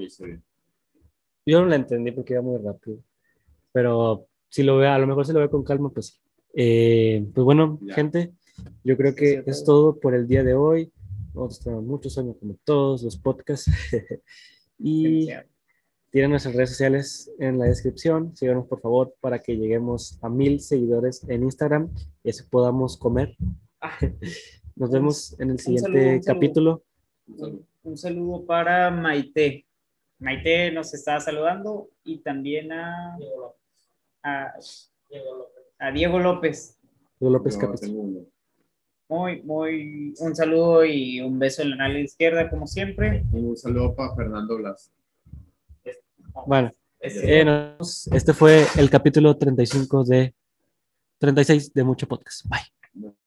Yo no la entendí porque iba muy rápido, pero si lo veo, a lo mejor si lo veo con calma, pues sí. Eh, pues bueno, Ya. gente, yo creo que es todo por el día de hoy. Nosotros tenemos muchos sueños como todos los podcasts. Y tienen nuestras redes sociales en la descripción. Síganos por favor para que lleguemos a mil seguidores en Instagram y así podamos comer. Nos vemos en el siguiente saludo, un saludo. capítulo. Un, un saludo para Maite. Maite nos está saludando y también a, a, a Diego López. Diego López Yo Capistro. tengo uno. Muy, muy, un saludo y un beso en la nalga izquierda, como siempre. Un saludo para Fernando Blas. Bueno, Este- eh, nos- este fue el capítulo treinta y cinco de treinta y seis de Mucho Podcast. Bye.